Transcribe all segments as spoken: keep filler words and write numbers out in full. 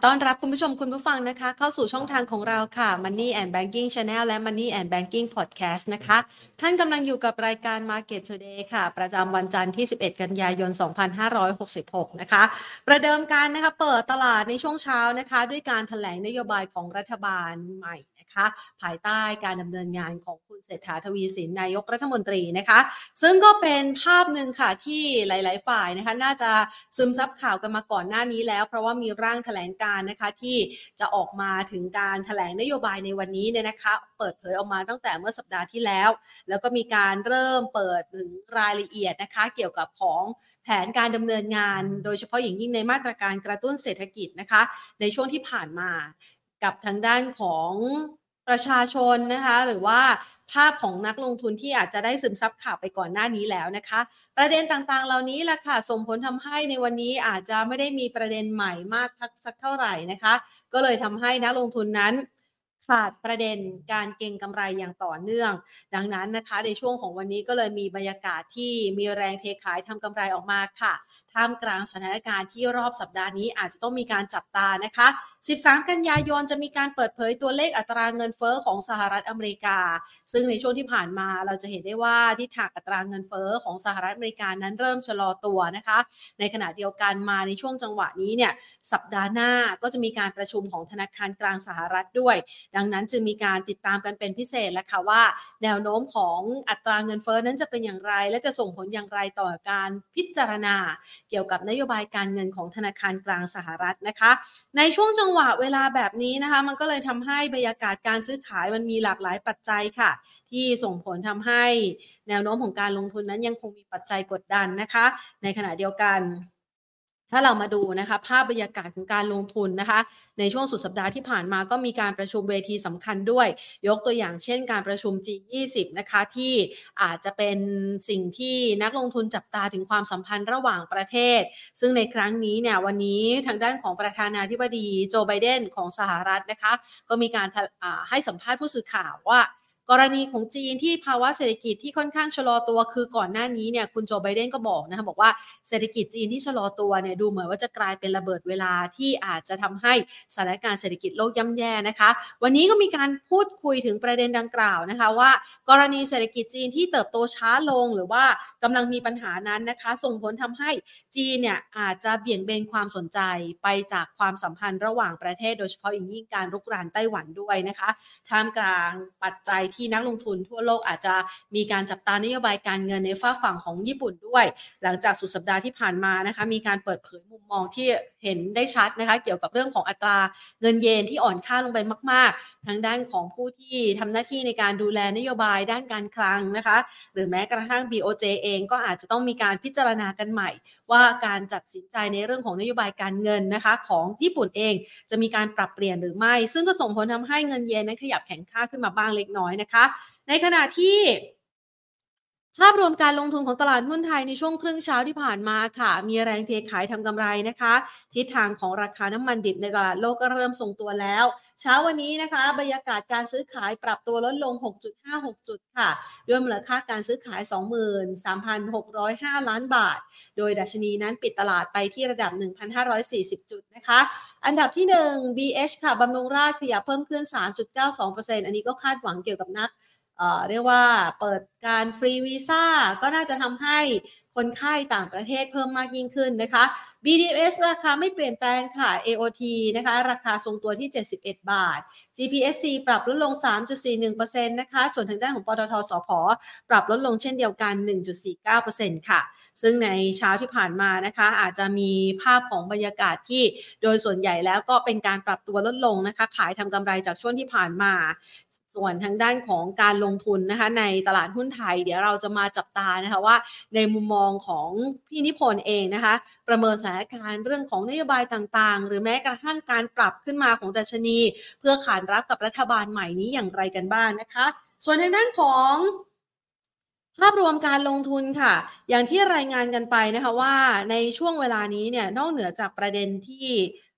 ต้อนรับคุณผู้ชมคุณผู้ฟังนะคะเข้าสู่ช่องทางของเราค่ะ Money and Banking Channel และ Money and Banking Podcast นะคะท่านกำลังอยู่กับรายการ Market Today ค่ะประจำวันจันทร์ที่สิบเอ็ดกันยายนสองพันห้าร้อยหกสิบหกนะคะประเดิมการนะคะเปิดตลาดในช่วงเช้านะคะด้วยการแถลงนโยบายของรัฐบาลใหม่นะคะภายใต้การดำเนินงานของคุณเศรษฐาทวีสินนายกรัฐมนตรีนะคะซึ่งก็เป็นภาพหนึ่งค่ะที่หลายๆฝ่ายนะคะน่าจะซึมซับข่าวกันมาก่อนหน้านี้แล้วเพราะว่ามีร่างแถลงการนะคะที่จะออกมาถึงการแถลงนโยบายในวันนี้เนี่ยนะคะเปิดเผยออกมาตั้งแต่เมื่อสัปดาห์ที่แล้วแล้วก็มีการเริ่มเปิดถึงรายละเอียดนะคะเกี่ยวกับของแผนการดำเนินงานโดยเฉพาะอย่างยิ่งในมาตรการกระตุ้นเศรษฐกิจนะคะในช่วงที่ผ่านมากับทางด้านของประชาชนนะคะหรือว่าภาพของนักลงทุนที่อาจจะได้ซึมซับข่าวไปก่อนหน้านี้แล้วนะคะประเด็นต่างๆเหล่านี้แหละค่ะส่งผลทำให้ในวันนี้อาจจะไม่ได้มีประเด็นใหม่มากสักเท่าไหร่นะคะก็เลยทำให้นักลงทุนนั้นขาดประเด็นการเก็งกำไรอย่างต่อเนื่องดังนั้นนะคะในช่วงของวันนี้ก็เลยมีบรรยากาศที่มีแรงเทขายทำกำไรออกมาค่ะท่ามกลางสถานการณ์ที่รอบสัปดาห์นี้อาจจะต้องมีการจับตานะคะสิบสามกันยายนจะมีการเปิดเผยตัวเลขอัตราเงินเฟ้อของสหรัฐอเมริกาซึ่งในช่วงที่ผ่านมาเราจะเห็นได้ว่าทิศทางอัตราเงินเฟ้อของสหรัฐอเมริกานั้นเริ่มชะลอตัวนะคะในขณะเดียวกันมาในช่วงจังหวะนี้เนี่ยสัปดาห์หน้าก็จะมีการประชุมของธนาคารกลางสหรัฐด้วยดังนั้นจึงมีการติดตามกันเป็นพิเศษแล้วค่ะว่าแนวโน้มของอัตราเงินเฟ้อนั้นจะเป็นอย่างไรและจะส่งผลอย่างไรต่อการพิจารณาเกี่ยวกับนโยบายการเงินของธนาคารกลางสหรัฐนะคะในช่วงจังหวะเวลาแบบนี้นะคะมันก็เลยทำให้บรรยากาศการซื้อขายมันมีหลากหลายปัจจัยค่ะที่ส่งผลทำให้แนวโน้มของการลงทุนนั้นยังคงมีปัจจัยกดดันนะคะในขณะเดียวกันถ้าเรามาดูนะคะภาพบรรยากาศของการลงทุนนะคะในช่วงสุดสัปดาห์ที่ผ่านมาก็มีการประชุมเวทีสำคัญด้วยยกตัวอย่างเช่นการประชุม จี ยี่สิบ นะคะที่อาจจะเป็นสิ่งที่นักลงทุนจับตาถึงความสัมพันธ์ระหว่างประเทศซึ่งในครั้งนี้เนี่ยวันนี้ทางด้านของประธานาธิบดีโจไบเดนของสหรัฐนะคะก็มีการให้สัมภาษณ์ผู้สื่อข่าวว่ากรณีของจีนที่ภาวะเศรษฐกิจที่ค่อนข้างชะลอตัวคือก่อนหน้านี้เนี่ยคุณโจไบเดนก็บอกนะคะบอกว่าเศรษฐกิจจีนที่ชะลอตัวเนี่ยดูเหมือนว่าจะกลายเป็นระเบิดเวลาที่อาจจะทำให้สถานการณ์เศรษฐกิจโลกย่ำแย่นะคะวันนี้ก็มีการพูดคุยถึงประเด็นดังกล่าวนะคะว่ากรณีเศรษฐกิจจีนที่เติบโตช้าลงหรือว่ากำลังมีปัญหานั้นนะคะส่งผลทำให้จีนเนี่ยอาจจะเบี่ยงเบนความสนใจไปจากความสัมพันธ์ระหว่างประเทศโดยเฉพาะอย่างยิ่งการรุกรานไต้หวันด้วยนะคะท่ามกลางปัจจัยที่นักลงทุนทั่วโลกอาจจะมีการจับตานโยบายการเงินในฝากฝั่งของญี่ปุ่นด้วยหลังจากสุดสัปดาห์ที่ผ่านมานะคะมีการเปิดเผยมุมมองที่เห็นได้ชัดนะคะเกี่ยวกับเรื่องของอัตราเงินเยนที่อ่อนค่าลงไปมากๆทางด้านของผู้ที่ทำหน้าที่ในการดูแลนโยบายด้านการคลังนะคะหรือแม้กระทั่ง บี โอ เจ เองก็อาจจะต้องมีการพิจารณากันใหม่ว่าการจัดสินใจในเรื่องของนโยบายการเงินนะคะของญี่ปุ่นเองจะมีการปรับเปลี่ยนหรือไม่ซึ่งก็ส่งผลทำให้เงินเยนนั้นขยับแข็งค่าขึ้นมาบ้างเล็กน้อยนะคะในขณะที่ภาพรวมการลงทุนของตลาดหุ้นไทยในช่วงครึ่งเช้าที่ผ่านมาค่ะมีแรงเทขายทำกำไรนะคะทิศทางของราคาน้ำมันดิบในตลาดโลกก็เริ่มทรงตัวแล้วเช้าวันนี้นะคะบรรยากาศการซื้อขายปรับตัวลดลง หกจุดห้าหก จุดค่ะด้วยมูลค่าการซื้อขาย สองหมื่นสามพันหกร้อยห้า ล้านบาทโดยดัชนีนั้นปิดตลาดไปที่ระดับ หนึ่งพันห้าร้อยสี่สิบ จุดนะคะอันดับที่หนึ่ง บี เอช ค่ะบำรุงราษฎร์ขยับเพิ่มขึ้น สามจุดเก้าสองเปอร์เซ็นต์ อันนี้ก็คาดหวังเกี่ยวกับนักเอ่อเรียกว่าเปิดการฟรีวีซ่าก็น่าจะทำให้คนไข้ต่างประเทศเพิ่มมากยิ่งขึ้นนะคะ บี ดี เอส ราคาไม่เปลี่ยนแปลงค่ะ เอ โอ ที นะคะราคาทรงตัวที่เจ็ดสิบเอ็ดบาท จี พี เอส ซี ปรับลดลง สามจุดสี่หนึ่งเปอร์เซ็นต์ นะคะส่วนทางด้านของปตท.สผ.ปรับลดลงเช่นเดียวกัน หนึ่งจุดสี่เก้าเปอร์เซ็นต์ ค่ะซึ่งในเช้าที่ผ่านมานะคะอาจจะมีภาพของบรรยากาศที่โดยส่วนใหญ่แล้วก็เป็นการปรับตัวลดลงนะคะขายทำกำไรจากช่วงที่ผ่านมาส่วนทางด้านของการลงทุนนะคะในตลาดหุ้นไทยเดี๋ยวเราจะมาจับตานะคะว่าในมุมมองของพี่นิพนธ์เองนะคะประเมินสถานการณ์เรื่องของนโยบายต่างๆหรือแม้กระทั่งการปรับขึ้นมาของดัชนีเพื่อขานรับกับรัฐบาลใหม่นี้อย่างไรกันบ้างนะคะส่วนทางด้านของภาพรวมการลงทุนค่ะอย่างที่รายงานกันไปนะคะว่าในช่วงเวลานี้เนี่ยนอกเหนือจากประเด็นที่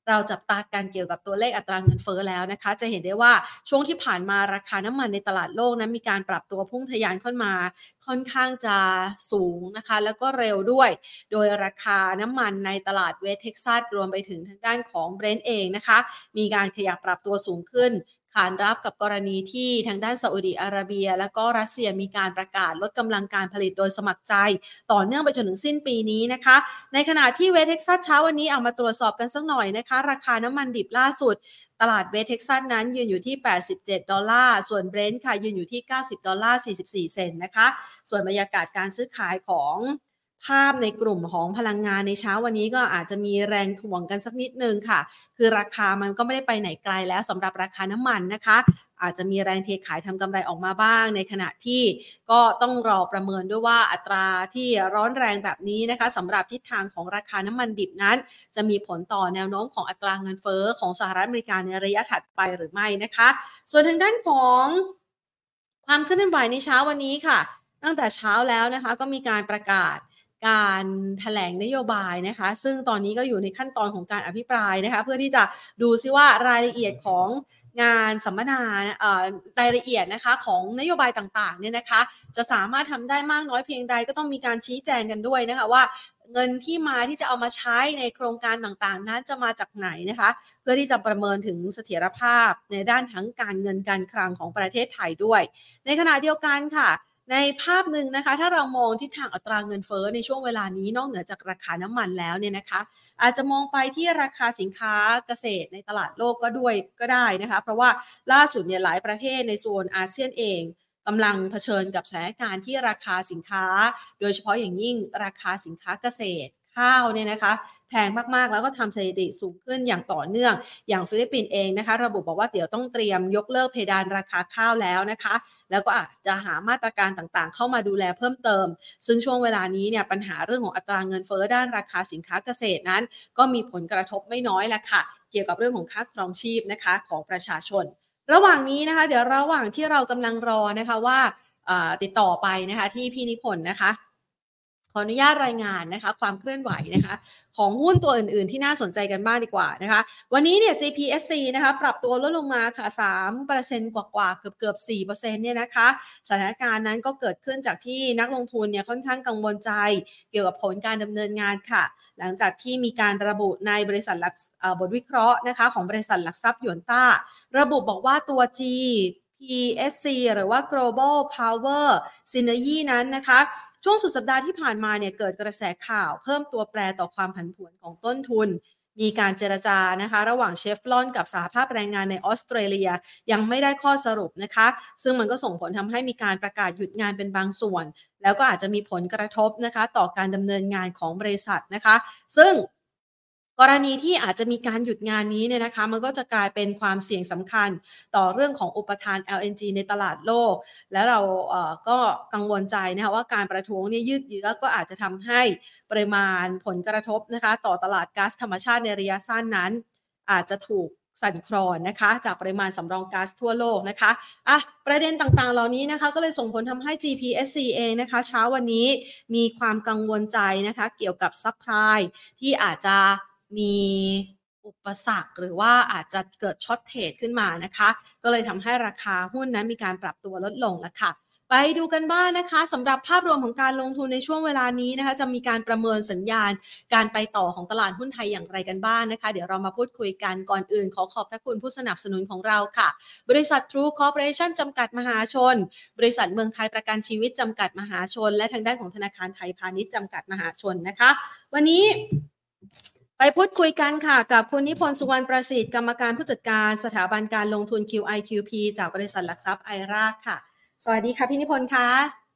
เราจับตากันเกี่ยวกับตัวเลขอัตราเงินเฟ้อแล้วนะคะจะเห็นได้ว่าช่วงที่ผ่านมาราคาน้ำมันในตลาดโลกนั้นมีการปรับตัวพุ่งทะยานขึ้นมาค่อนข้างจะสูงนะคะแล้วก็เร็วด้วยโดยราคาน้ำมันในตลาดเวสต์เท็กซัสรวมไปถึงทางด้านของ Brent เองนะคะมีการขยับปรับตัวสูงขึ้นขานรับกับกรณีที่ทางด้านซาอุดิอาระเบียและก็รัสเซียมีการประกาศลดกำลังการผลิตโดยสมัครใจต่อเนื่องไปจนถึงสิ้นปีนี้นะคะในขณะที่เวสต์เท็กซัสเช้าวันนี้เอามาตรวจสอบกันสักหน่อยนะคะราคาน้ำมันดิบล่าสุดตลาดเวสต์เท็กซัสนั้นยืนอยู่ที่แปดสิบเจ็ดดอลลาร์ส่วน Brent ค่ะยืนอยู่ที่เก้าสิบดอลลาร์สี่สิบสี่เซนต์นะคะส่วนบรรยากาศการซื้อขายของภาพในกลุ่มของพลังงานในเช้าวันนี้ก็อาจจะมีแรงถ่วงกันสักนิดนึงค่ะคือราคามันก็ไม่ได้ไปไหนไกลแล้วสำหรับราคาน้ำมันนะคะอาจจะมีแรงเทขายทำกำไรออกมาบ้างในขณะที่ก็ต้องรอประเมินด้วยว่าอัตราที่ร้อนแรงแบบนี้นะคะสำหรับทิศทางของราคาน้ำมันดิบนั้นจะมีผลต่อแนวโน้มของอัตราเงินเฟ้อของสหรัฐอเมริกาในระยะถัดไปหรือไม่นะคะส่วนทางด้านของความเคลื่อนไหวในเช้าวันนี้ค่ะตั้งแต่เช้าแล้วนะคะก็มีการประกาศการแถลงนโยบายนะคะซึ่งตอนนี้ก็อยู่ในขั้นตอนของการอภิปรายนะคะเพื่อที่จะดูซิว่ารายละเอียดของงานสัมมนาเอ่อรายละเอียดนะคะของนโยบายต่างๆเนี่ยนะคะจะสามารถทำได้มากน้อยเพียงใดก็ต้องมีการชี้แจงกันด้วยนะคะว่าเงินที่มาที่จะเอามาใช้ในโครงการต่างๆนั้นจะมาจากไหนนะคะเพื่อที่จะประเมินถึงเสถียรภาพในด้านทั้งการเงินการคลังของประเทศไทยด้วยในขณะเดียวกันค่ะในภาพหนึ่งนะคะถ้าเรามองทิศทางอัตราเงินเฟ้อในช่วงเวลานี้นอกเหนือจากราคาน้ำมันแล้วเนี่ยนะคะอาจจะมองไปที่ราคาสินค้าเกษตรในตลาดโลกก็ด้วยก็ได้นะคะเพราะว่าล่าสุดเนี่ยหลายประเทศในโซนอาเซียนเองกำลังเผชิญกับสถานการณ์ที่ราคาสินค้าโดยเฉพาะอย่างยิ่งราคาสินค้าเกษตรข้าวเนี่ยนะคะแพงมากๆแล้วก็ทำสถิติสูงขึ้นอย่างต่อเนื่องอย่างฟิลิปปินส์เองนะคะระบุบอกว่าเดี๋ยวต้องเตรียมยกเลิกเพดานราคาข้าวแล้วนะคะแล้วก็อาจจะหามาตรการต่างๆเข้ามาดูแลเพิ่มเติมซึ่งช่วงเวลานี้เนี่ยปัญหาเรื่องของอัตราเงินเฟ้อด้านราคาสินค้าเกษตรนั้นก็มีผลกระทบไม่น้อยแหละค่ะเกี่ยวกับเรื่องของค่าครองชีพนะคะของประชาชนระหว่างนี้นะคะเดี๋ยวระหว่างที่เรากำลังรอนะคะว่าติดต่อไปนะคะที่พี่นิพนธ์นะคะขออนุญาตรายงานนะคะความเคลื่อนไหวนะคะของหุ้นตัวอื่นๆที่น่าสนใจกันบ้างดีกว่านะคะวันนี้เนี่ย จี พี เอส ซี นะคะปรับตัวลดลงมาค่ะ สามเปอร์เซ็นต์ กว่าๆเกือบๆ สี่เปอร์เซ็นต์ เนี่ยนะคะสถานการณ์นั้นก็เกิดขึ้นจากที่นักลงทุนเนี่ยค่อนข้างกังวลใจเกี่ยวกับผลการดำเนินงานค่ะหลังจากที่มีการระบุในบริษัทหลักบทวิเคราะห์นะคะของบริษัทหลักทรัพย์หยวนต้าระบุบอกว่าตัว G พี เอส ซี หรือว่า Global Power Synergy นั้นนะคะช่วงสุดสัปดาห์ที่ผ่านมาเนี่ยเกิดกระแสข่าวเพิ่มตัวแปรต่อความผันผวนของต้นทุนมีการเจรจานะคะระหว่างเชฟลอนกับสหภาพแรงงานในออสเตรเลียยังไม่ได้ข้อสรุปนะคะซึ่งมันก็ส่งผลทำให้มีการประกาศหยุดงานเป็นบางส่วนแล้วก็อาจจะมีผลกระทบนะคะต่อการดำเนินงานของบริษัทนะคะซึ่งกรณีที่อาจจะมีการหยุดงานนี้เนี่ยนะคะมันก็จะกลายเป็นความเสี่ยงสำคัญต่อเรื่องของอุปทาน แอล เอ็น จี ในตลาดโลกและเราเอ่อก็กังวลใจนะคะว่าการประท้วงเนี่ยยืดเยื้อก็อาจจะทำให้ปริมาณผลกระทบนะคะต่อตลาดก๊าซธรรมชาติในระยะสั้นนั้นอาจจะถูกสั่นคลอนนะคะจากปริมาณสำรองก๊าซทั่วโลกนะคะอ่ะประเด็นต่างๆเหล่านี้นะคะก็เลยส่งผลทำให้ จี พี เอส ซี เองนะคะเช้าวันนี้มีความกังวลใจนะคะเกี่ยวกับซัพพลายที่อาจจะมีอุปสรรคหรือว่าอาจจะเกิดช็อตเทรดขึ้นมานะคะก็เลยทำให้ราคาหุ้นนั้นมีการปรับตัวลดลงแล้วค่ะไปดูกันบ้างนะคะสำหรับภาพรวมของการลงทุนในช่วงเวลานี้นะคะจะมีการประเมินสัญญาณการไปต่อของตลาดหุ้นไทยอย่างไรกันบ้างนะคะเดี๋ยวเรามาพูดคุยกันก่อนอื่นขอขอบพระคุณผู้สนับสนุนของเราค่ะบริษัท True Corporation จำกัดมหาชนบริษัทเมืองไทยประกันชีวิตจำกัดมหาชนและทางด้านของธนาคารไทยพาณิชย์จำกัดมหาชนนะคะวันนี้ไปพูดคุยกันค่ะกับคุณนิพนธ์สุวรรณประสิทธิ์กรรมการผู้จัดการสถาบันการลงทุน คิว ไอ คิว พี จากบริษัทหลักทรัพย์ไอราค่ะสวัสดีค่ะพี่นิพนธ์คะ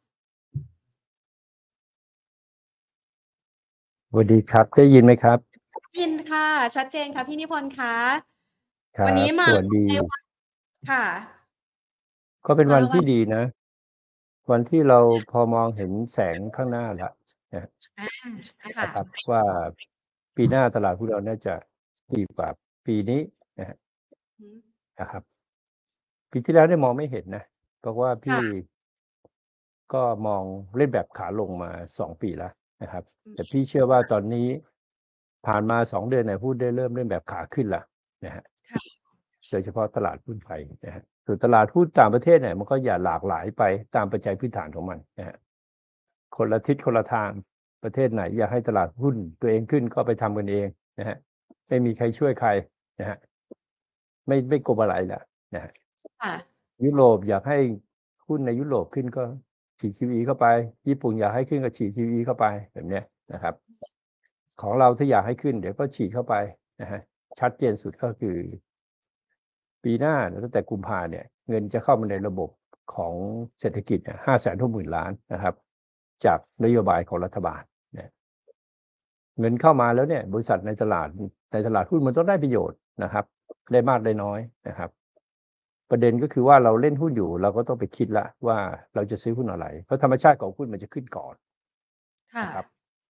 สวัสดีครับได้ยินไหมครับได้ยินค่ะชัดเจนค่ะพี่นิพนธ์คะครับวันนี้มาสวัสดีในวันค่ะก็เป็นวันที่มาวันดีนะ วันที่เราพอมองเห็นแสงข้างหน้าแล้วนะอ่านะค่ะครับว่าปีหน้าตลาดหุ้นเราน่าจะดีกว่าปีนี้นะฮะอืมนะครับปีที่แล้วเนี่ยมองไม่เห็นนะเพราะว่าพี่ค่ะก็มองเล่นแบบขาลงมาสองปีแล้วนะครับอืมแต่พี่เชื่อว่าตอนนี้ผ่านมาสองเดือนเนี่ยหุ้นได้เริ่มเริ่มแบบขาขึ้นละนะฮะค่ะโดยเฉพาะตลาดหุ้นไทยนะฮะส่วนตลาดหุ้นต่างประเทศเนี่ยมันก็อย่าหลากหลายไปตามปัจจัยพื้นฐานของมันนะฮะคนละทิศคนละทางประเทศไหนอยากให้ตลาดหุ้นตัวเองขึ้นก็ไปทำกันเองนะฮะไม่มีใครช่วยใครนะฮะไม่ไม่กลัวอะไรแหละนะฮะค่ะยุโรปอยากให้หุ้นในยุโรปขึ้นก็ฉีด คิว อี เข้าไปญี่ปุ่นอยากให้ขึ้นก็ฉีด คิว อี เข้าไปแบบเนี้ยนะครับของเราถ้าอยากให้ขึ้นเดี๋ยวก็ฉีดเข้าไปนะฮะชัดเจนสุดก็คือปีหน้าตั้งแต่กุมภาเนี่ยเงินจะเข้ามาในระบบของเศรษฐกิจห้าแสนหกหมื่นล้านนะครับจากนโยบายของรัฐบาลเนี่ยเงินเข้ามาแล้วเนี่ยบริษัทในตลาดในตลาดหุ้นมันต้องได้ประโยชน์นะครับได้มากได้น้อยนะครับประเด็นก็คือว่าเราเล่นหุ้นอยู่เราก็ต้องไปคิดละว่าเราจะซื้อหุ้นอะไรเพราะธรรมชาติของหุ้นมันจะขึ้นก่อนค่ะนะครับ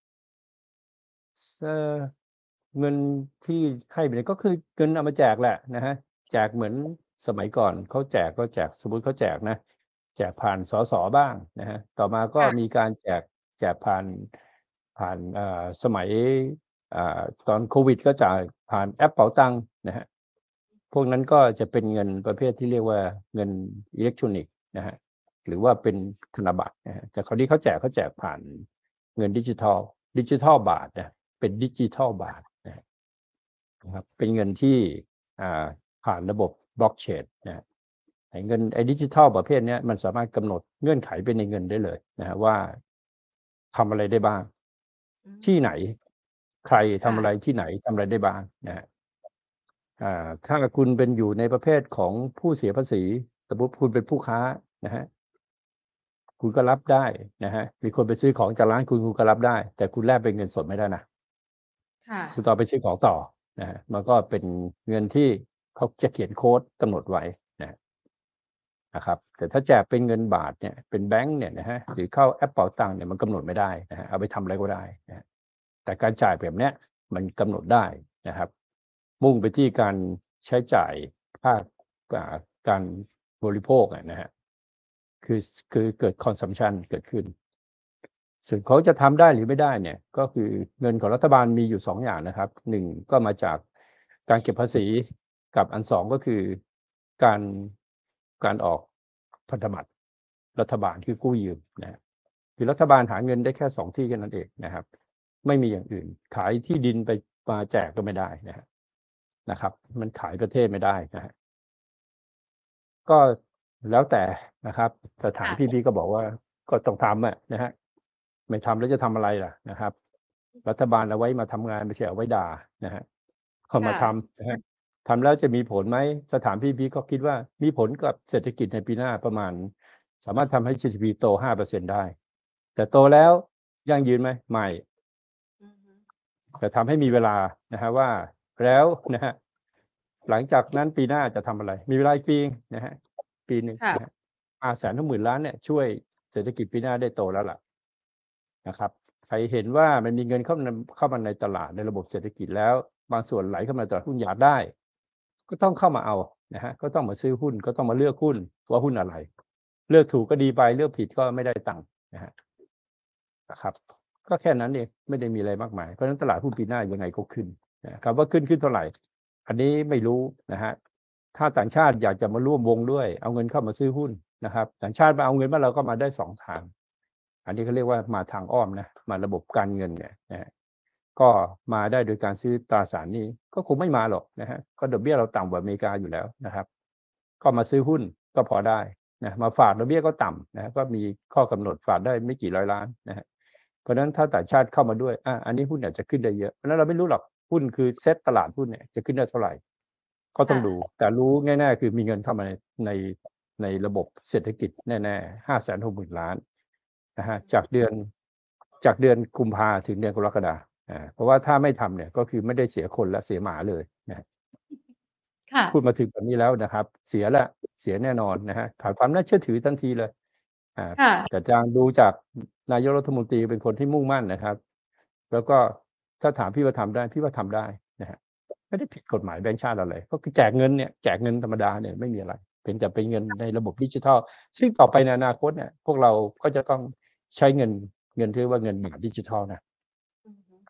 เอ่อเงินที่ให้ไปเนี่ยก็คือเงินเอามาแจกแหละนะฮะแจกเหมือนสมัยก่อนเขาแจกก็แจกสมมุติเขาแจกนะแจกผ่านสสบ้างนะฮะต่อมาก็ค่ะมีการแจกแจกผ่านผ่านเอ่อสมัยอ่าตอนโควิดก็จ่ายผ่านแอปเป๋าตังค์นะฮะพวกนั้นก็จะเป็นเงินประเภทที่เรียกว่าเงินอิเล็กทรอนิกส์นะฮะหรือว่าเป็นธนบัตรนะฮะแต่คราวนี้เขาแจกเขาแจกผ่านเงินดิจิทัลดิจิทัลบาทนะ เป็นดิจิทัลบาทนะครับเป็นเงินที่อ่าผ่านระบบบล็อกเชนนะไอ้เงินไอ้ดิจิทัลประเภทนี้มันสามารถกำหนดเงื่อนไขเป็นในเงินได้เลยนะฮะว่าทำอะไรได้บ้างอืมที่ไหนใครทำค่ะอะไรที่ไหนทำอะไรได้บ้างนะฮะอ่าถ้าคุณเป็นอยู่ในประเภทของผู้เสียภาษีสมมติคุณเป็นผู้ค้านะฮะคุณก็รับได้นะฮะมีคนไปซื้อของจากร้านคุณคุณก็รับได้ แต่คุณแลกเป็นเงินสดไม่ได้นะค่ะคุณต่อไปซื้อของต่อนะฮะมันก็เป็นเงินที่เขาจะเขียนโค้ดกำหนดไว้นะนะครับแต่ถ้าแจกเป็นเงินบาทเนี่ยเป็นแบงก์เนี่ยนะฮะหรือเข้าแอปเป๋าตังค์เนี่ยมันกำหนดไม่ได้นะฮะเอาไปทำอะไรก็ได้นะแต่การจ่ายแบบเนี้ยมันกำหนดได้นะครับมุ่งไปที่การใช้จ่ายภาคการบริโภคนะฮะคือคือเกิด consumption เกิดขึ้นส่วนเขาจะทำได้หรือไม่ได้เนี่ยก็คือเงินของรัฐบาลมีอยู่สองอย่างนะครับหนึ่งก็มาจากการเก็บภาษีกับอันสองก็คือการการออกพันธบัตรรัฐบาลคือกู้ยืมนะคือรัฐบาลหาเงินได้แค่สองที่แค่นั้นเองนะครับไม่มีอย่างอื่นขายที่ดินไปมาแจกก็ไม่ได้นะฮะนะครับมันขายประเทศไม่ได้นะฮะก็แล้วแต่นะครับแต่ถามค่ะพี่พี่ก็บอกว่าก็ต้องทำอะนะฮะไม่ทำแล้วจะทำอะไรล่ะนะครับรัฐบาลเอาไว้มาทำงานไม่ใช่เอาไว้ด่านะฮะเอามาค่ะทำนะฮะทำแล้วจะมีผลไหมสถานพี่พี่ก็คิดว่ามีผลกับเศรษฐกิจในปีหน้าประมาณสามารถทำให้ จี ดี พี โต ห้าเปอร์เซ็นต์ ได้แต่โตแล้วยั่งยืนไหมไม่อือฮึแต่ทำให้มีเวลานะฮะว่าแล้วนะฮะหลังจากนั้นปีหน้าจะทำอะไร มีเวลาอีกปีนะฮะปีหนึ่งค่ะนะฮะอาแสนทั้งหมื่นล้านเนี่ยช่วยเศรษฐกิจปีหน้าได้โตแล้วล่ะนะครับใครเห็นว่ามันมีเงินเข้ามาเข้ามาในตลาดในระบบเศรษฐกิจแล้วบางส่วนไหลเข้ามาในตลาดหุ้นอยากได้ ก็ต้องเข้ามาเอานะฮะก็ต้องมาซื้อหุ้นก็ต้องมาเลือกหุ้นว่าหุ้นอะไร เลือกถูกก็ดีไปเลือกผิดก็ไม่ได้ตังค์นะฮะนะครับก็แค่นั้นเองไม่ได้มีอะไรมากมายเพราะฉะนั้นตลาดหุ้นปีหน้ายังไงก็ขึ้นนะครับว่าขึ้นขึ้นเท่าไหร่อันนี้ไม่รู้นะฮะถ้าต่างชาติอยากจะมาร่วมวงด้วยเอาเงินเข้ามาซื้อหุ้นนะครับต่างชาติมาเอาเงินมาเราก็มาได้สองทางอันนี้เขาเรียกว่ามาทางอ้อมนะมาระบบการเงินเนี่ยนะก็มาได้โดยการซื้อตราสารหนี้ก็คงไม่มาหรอกนะฮะก็ดอกเบี้ยเราต่ำกว่าอเมริกาอยู่แล้วนะครับก็มาซื้อหุ้นก็พอได้นะมาฝากดอกเบี้ยก็ต่ำนะก็มีข้อกำหนดฝากได้ไม่กี่ร้อยล้านนะฮะเพราะฉะนั้นถ้าต่างชาติเข้ามาด้วยอ่ะอันนี้หุ้นอาจจะขึ้นได้เยอะเพราะฉะนั้นเราไม่รู้หรอกหุ้นคือเซ็ตตลาดหุ้นเนี่ยจะขึ้นได้เท่าไหร่ก็ต้องดูแต่รู้แน่ๆคือมีเงินเข้ามาในในในระบบเศรษฐกิจแน่ๆห้าแสนหกหมื่นล้านนะฮะจากเดือนจากเดือนกุมภาถึงเดือนกรกฎาอ่าเพราะว่าถ้าไม่ทำเนี่ยก็คือไม่ได้เสียคนและเสียหมาเลยนะค่ะพูดมาถึงแบบนี้แล้วนะครับเสียละเสียแน่นอนนะฮะขาดความน่าเชื่อถือทันทีเลยอ่าค่ะแต่ทางดูจากนายกรัฐมนตรีเป็นคนที่มุ่งมั่นนะครับแล้วก็ถ้าถามพี่ว่าทำได้พี่ว่าทำได้นะฮะไม่ได้ผิดกฎหมายแบงก์ชาติอะไรก็คือแจกเงินเนี่ยแจกเงินธรรมดาเนี่ยไม่มีอะไรเป็นแต่เป็นเงินในระบบดิจิทัลซึ่งต่อไปในอนาคตเนี่ยพวกเราก็จะต้องใช้เงินเงินที่ว่าเงินบาทดิจิทัลนะอือฮึ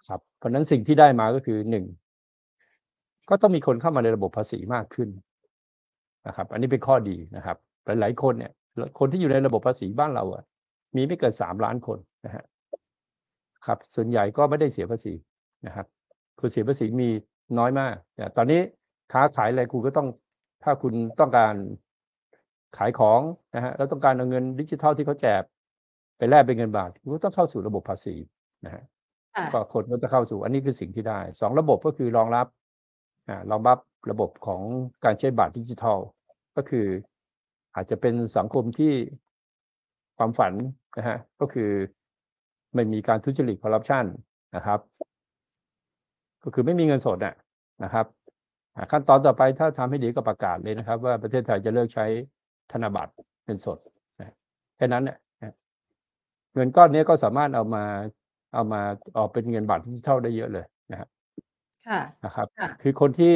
ครับ เพราะฉะนั้นสิ่งที่ได้มาก็คือ หนึ่ง ก็ต้องมีคนเข้ามาในระบบภาษีมากขึ้นนะครับ อันนี้เป็นข้อดีนะครับ หลาย ๆ คนเนี่ย ล คนที่อยู่ในระบบภาษีบ้านเราอะ มีไม่เกิน สาม ล้านคนนะครับ ครับ ส่วนใหญ่ก็ไม่ได้เสียภาษีนะครับ คนเสียภาษีมีน้อยมาก แต่ตอนนี้ค้าขายอะไรคุณก็ต้อง ถ้าคุณต้องการขายของนะครับ แล้วต้องการเอาเงินดิจิทัลที่เขาแจกไปแลกเป็นเงินบาท คุณก็ต้องเข้าสู่ระบบภาษีนะครับค่ก็ะคนก็จะเข้าสู่ อันนี้คือสิ่งที่ได้ สอง ระบบก็คือรองรับ อ่า รองรับระบบของการใช้บาทดิจิทัล ก็คืออาจจะเป็นสังคมที่ ความฝันนะครับ ก็คือไม่มีการทุจริตคอร์รัปชันนะครับ ก็คือไม่มีเงินสดอะนะครับ อ่า ขั้นตอนต่อไปถ้าทำให้ดีก็ประกาศเลยนะครับว่า ประเทศไทยจะเลิกใช้ธนบัตรเงินสดนะ แค่นั้นน่ะครับ เงินก้อนนี้ก็สามารถเอามา เอามาออกเป็นเงินบาทดิจิทัลได้เยอะเลยนะครับค่ะนะครับค่ะคือคนที่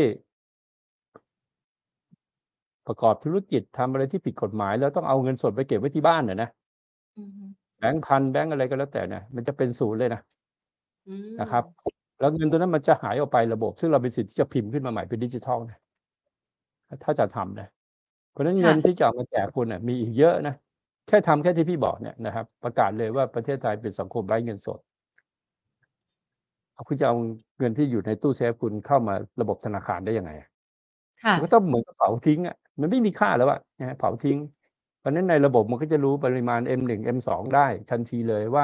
ประกอบธุรกิจ ทำอะไรที่ผิดกฎหมาย แล้วต้องเอาเงินสดไปเก็บไว้ที่บ้านอะนะอือฮึแบงค์พัน แบงค์อะไรก็แล้วแต่เนี่ย มันจะเป็นศูนย์เลยนะอืนะครับมแล้วเงินตัวนั้นมันจะหายออกไประบบ ซึ่งเรามีสิทธิ์ที่จะพิมพ์ขึ้นมาใหม่เป็นดิจิทัลนะ ถ้าจะทำนะ เพราะฉะนั้นคเง่ิะนที่จะเอามาแจกคุณน่ะมีอีกเยอะนะ แค่ทำแค่ที่พี่บอกเนี่ยนะครับ ประกาศเลยว่าประเทศไทยเป็นสังคมไร้เงินสด คุณจะเอาเงินที่อยู่ในตู้เซฟคุณเข้ามาระบบธนาคารได้ยังไงอะ? ค่มันก็ะต้องเหมือนกับเผาทิ้งอะ มันไม่มีค่าแล้วอะนะครับ เผาทิ้ง เพราะฉะนั้นในระบบมันก็จะรู้ปริมาณ เอ็ม หนึ่ง เอ็ม สอง ได้ทันทีเลยว่า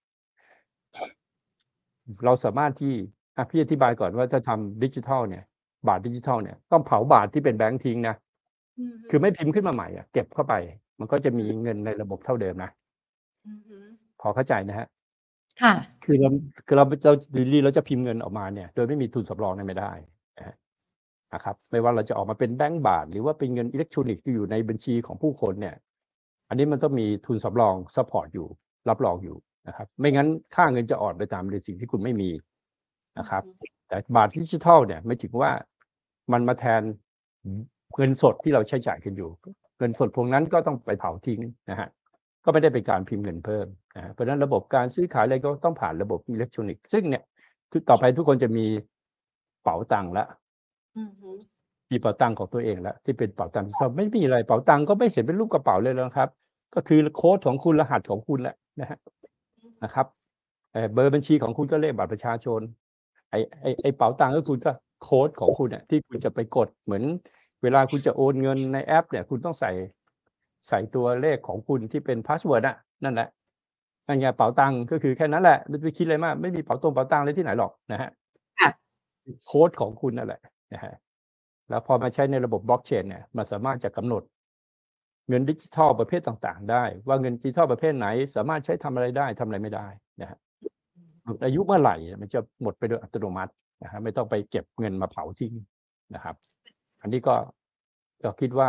เราสามารถที่ อะ พี่อธิบายก่อนว่าถ้าทำดิจิทัลเนี่ย บาทดิจิทัลเนี่ย ต้องเผาบาทที่เป็นแบงค์ทิ้งนะอือฮึคือไม่พิมพ์ขึ้นมาใหม่อะ เก็บเข้าไป มันก็จะอมีืมเงินในระบบเท่าเดิมนะอือฮึพอเข้าใจนะครับ? ค่ะคือเรา คือเรา เรา อยู่ดี ๆ เราจะพิมพ์เงินออกมาเนี่ย โดยไม่มีทุนสำรองเนี่ยไม่ได้นะครับ นะครับ ไม่ว่าเราจะออกมาเป็นแบงก์บาท หรือว่าเป็นเงินอิเล็กทรอนิกส์ที่อยู่ในบัญชีของผู้คนเนี่ย อันนี้มันต้องมีทุนสำรองซัปพอร์ตอยู่ รับรองอยู่นะครับ ไม่งั้นค่าเงินจะอ่อนไปตามในสิ่งที่คุณไม่มีอนืะอฮครับึแต่บาทดิจิทัลเนี่ยหมายถึงว่า มันมาแทน อือ เงินสดที่เราใช้จ่ายกันอยู่ เงินสดพวกนั้นก็ต้องไปเผาทิ้งนะครับ ก็ไม่ได้เป็นการพิมพ์เงินเพิ่มนะครับ เพราะฉะนั้นระบบการซื้อขายอะไรก็ต้องผ่านระบบอิเล็กทรอนิกส์ ซึ่งเนี่ย คือต่อไปทุกคนจะมีเป๋าตังค์แล้วอือฮึมีเป๋าตังค์ของตัวเองแล้ว ที่เป็นเป๋าตังค์ดิจิทัล ไม่มีอะไร เป๋าตังค์ก็ไม่เห็นเป็นรูปกระเป๋าเลยนะครับ ก็คือโคดของคุณ รหัสของคุณแหละนะครับอือนะครับ เอ่อ เบอร์บัญชีของคุณก็เลขบัตรประชาชน ไอ้ ไอ้ ไอ้เป๋าตังค์ของคุณก็โคดของคุณอะ ที่คุณจะไปกด เหมือนเวลาคุณจะโอนเงินในแอปเนี่ย คุณต้องใส่ ใส่ตัวเลขของคุณที่เป็นพาสเวิร์ดอะ นั่นแหละ นั่นไงเป๋าตังค์ ก็คือแค่นั้นแหละ ไม่ต้องไปคิดอะไรมาก ไม่มีเป๋าตงเป๋าตังค์อะไรที่ไหนหรอกนะครับค่ะโคดของคุณนั่นแหละนะครับ แล้วพอมาใช้ในระบบ Blockchain เนี่ย มันสามารถจะกำหนดเงินดิจิทัลประเภทต่าง ๆ ได้ว่า เงินดิจิทัลประเภทไหนสามารถใช้ทำอะไรได้ ทำอะไรไม่ได้นะครับอืมหมดอายุเมื่อไหร่มันจะหมดไปโดยอัตโนมัตินะครับ ไม่ต้องไปเก็บเงินมาเผาทิ้งนะครับ อันนี้ก็ ก็คิดว่า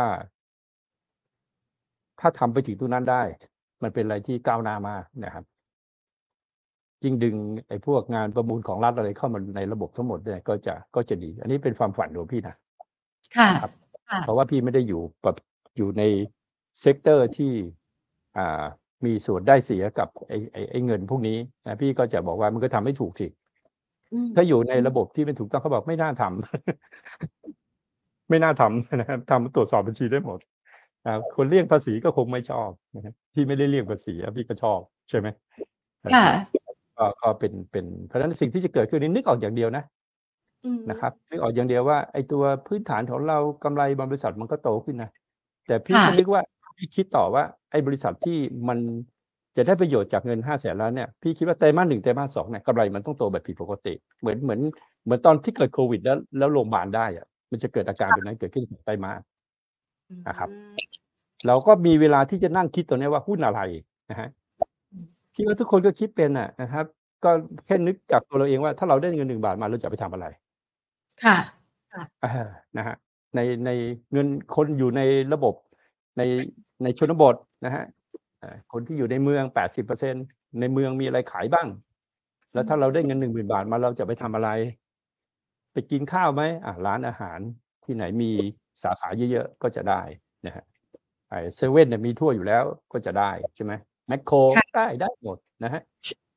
ถ้าทำไปถึงตรงนั้นได้ มันเป็นอะไรที่ก้าวหน้ามากนะครับ ยิ่งดึงไอ้พวกงานประมูลของรัฐอะไรเข้ามาในระบบทั้งหมดเนี่ย ก็จะ ก็จะดี อันนี้เป็นความฝันของพี่นะค่ะนะครับค่เพะราะว่าพี่ไม่ได้อยู่แบบ อยู่ใน เซกเตอร์ ที่ อ่า มีส่วนได้เสียกับไอ้ ไอ้ ไอ้เงินพวกนี้นะ พี่ก็จะบอกว่ามึงก็ทำให้ถูกสิอืมถ้าอยู่ในระบบที่ไม่ถูกต้อง เขาบอกไม่น่าทำ ไม่น่าทำ นะครับ ทำ ตรวจสอบบัญชีได้หมด อ่า คนเลี่ยงภาษีก็คงไม่ชอบนะครับ พี่ไม่ได้เลี่ยงภาษีอะ พี่ก็ชอบ ใช่ไหม? นะค่ครับะก็ ก็เป็น เป็น เพราะฉะนั้นสิ่งที่จะเกิดขึ้นนี่นึกออกอย่างเดียวนะอือฮนึะครับ นึกออกอย่างเดียวว่า ไอ้ตัวพื้นฐานของเรา กำไรบางบริษัทมันก็โตขึ้นนะ แต่พีค่่ก็ะนึกว่า พี่คิดต่อว่า ไอ้บริษัทที่มันจะได้ประโยชน์จากเงิน ห้าแสน ล้านเนี่ย พี่คิดว่าไตรมาส หนึ่ง ไตรมาส สอง เนี่ย กำไรมันต้องโตแบบผิดปกติ เหมือน เหมือน เหมือนตอนที่เกิดโควิดแล้ว แล้วโรงพยาบาลได้อะ มันจะเกิดอาการค่แบบะนั้นเกิดขึ้น สอง ไตรมาสอืนะครับมเราก็มีเวลาที่จะนั่งคิดตรงนี้ว่าหุ้นอะไรนะครับอืมคิดว่าทุกคนก็คิดเป็นอะนะครับ ก็แค่นึกจากตัวเราเองว่า ถ้าเราได้เงิน หนึ่ง บาทมาเราจะเอาไปทำอะไร? ค่ะ ค่ะอา นะครับ ใน ในเงินคนอยู่ในระบบ ใน ในชนบทนะครับ อ่า คนที่อยู่ในเมือง แปดสิบเปอร์เซ็นต์ ในเมืองมีอะไรขายบ้าง แอล้ืวถ้าอฮเราได้ึเงิน หนึ่งหมื่น บาทมาเราจะเอาไปทำอะไร? ไปกินข้าวไหม? อา ร้านอาหารที่ไหนมีสาขาเยอะ ๆ ก็จะได้นะครับ ไอ้เซเว่นเนี่ยมีทั่วอยู่แล้วก็จะได้ ใช่ไหม? แม็คโครค่ะได้ ได้หมดนะครับ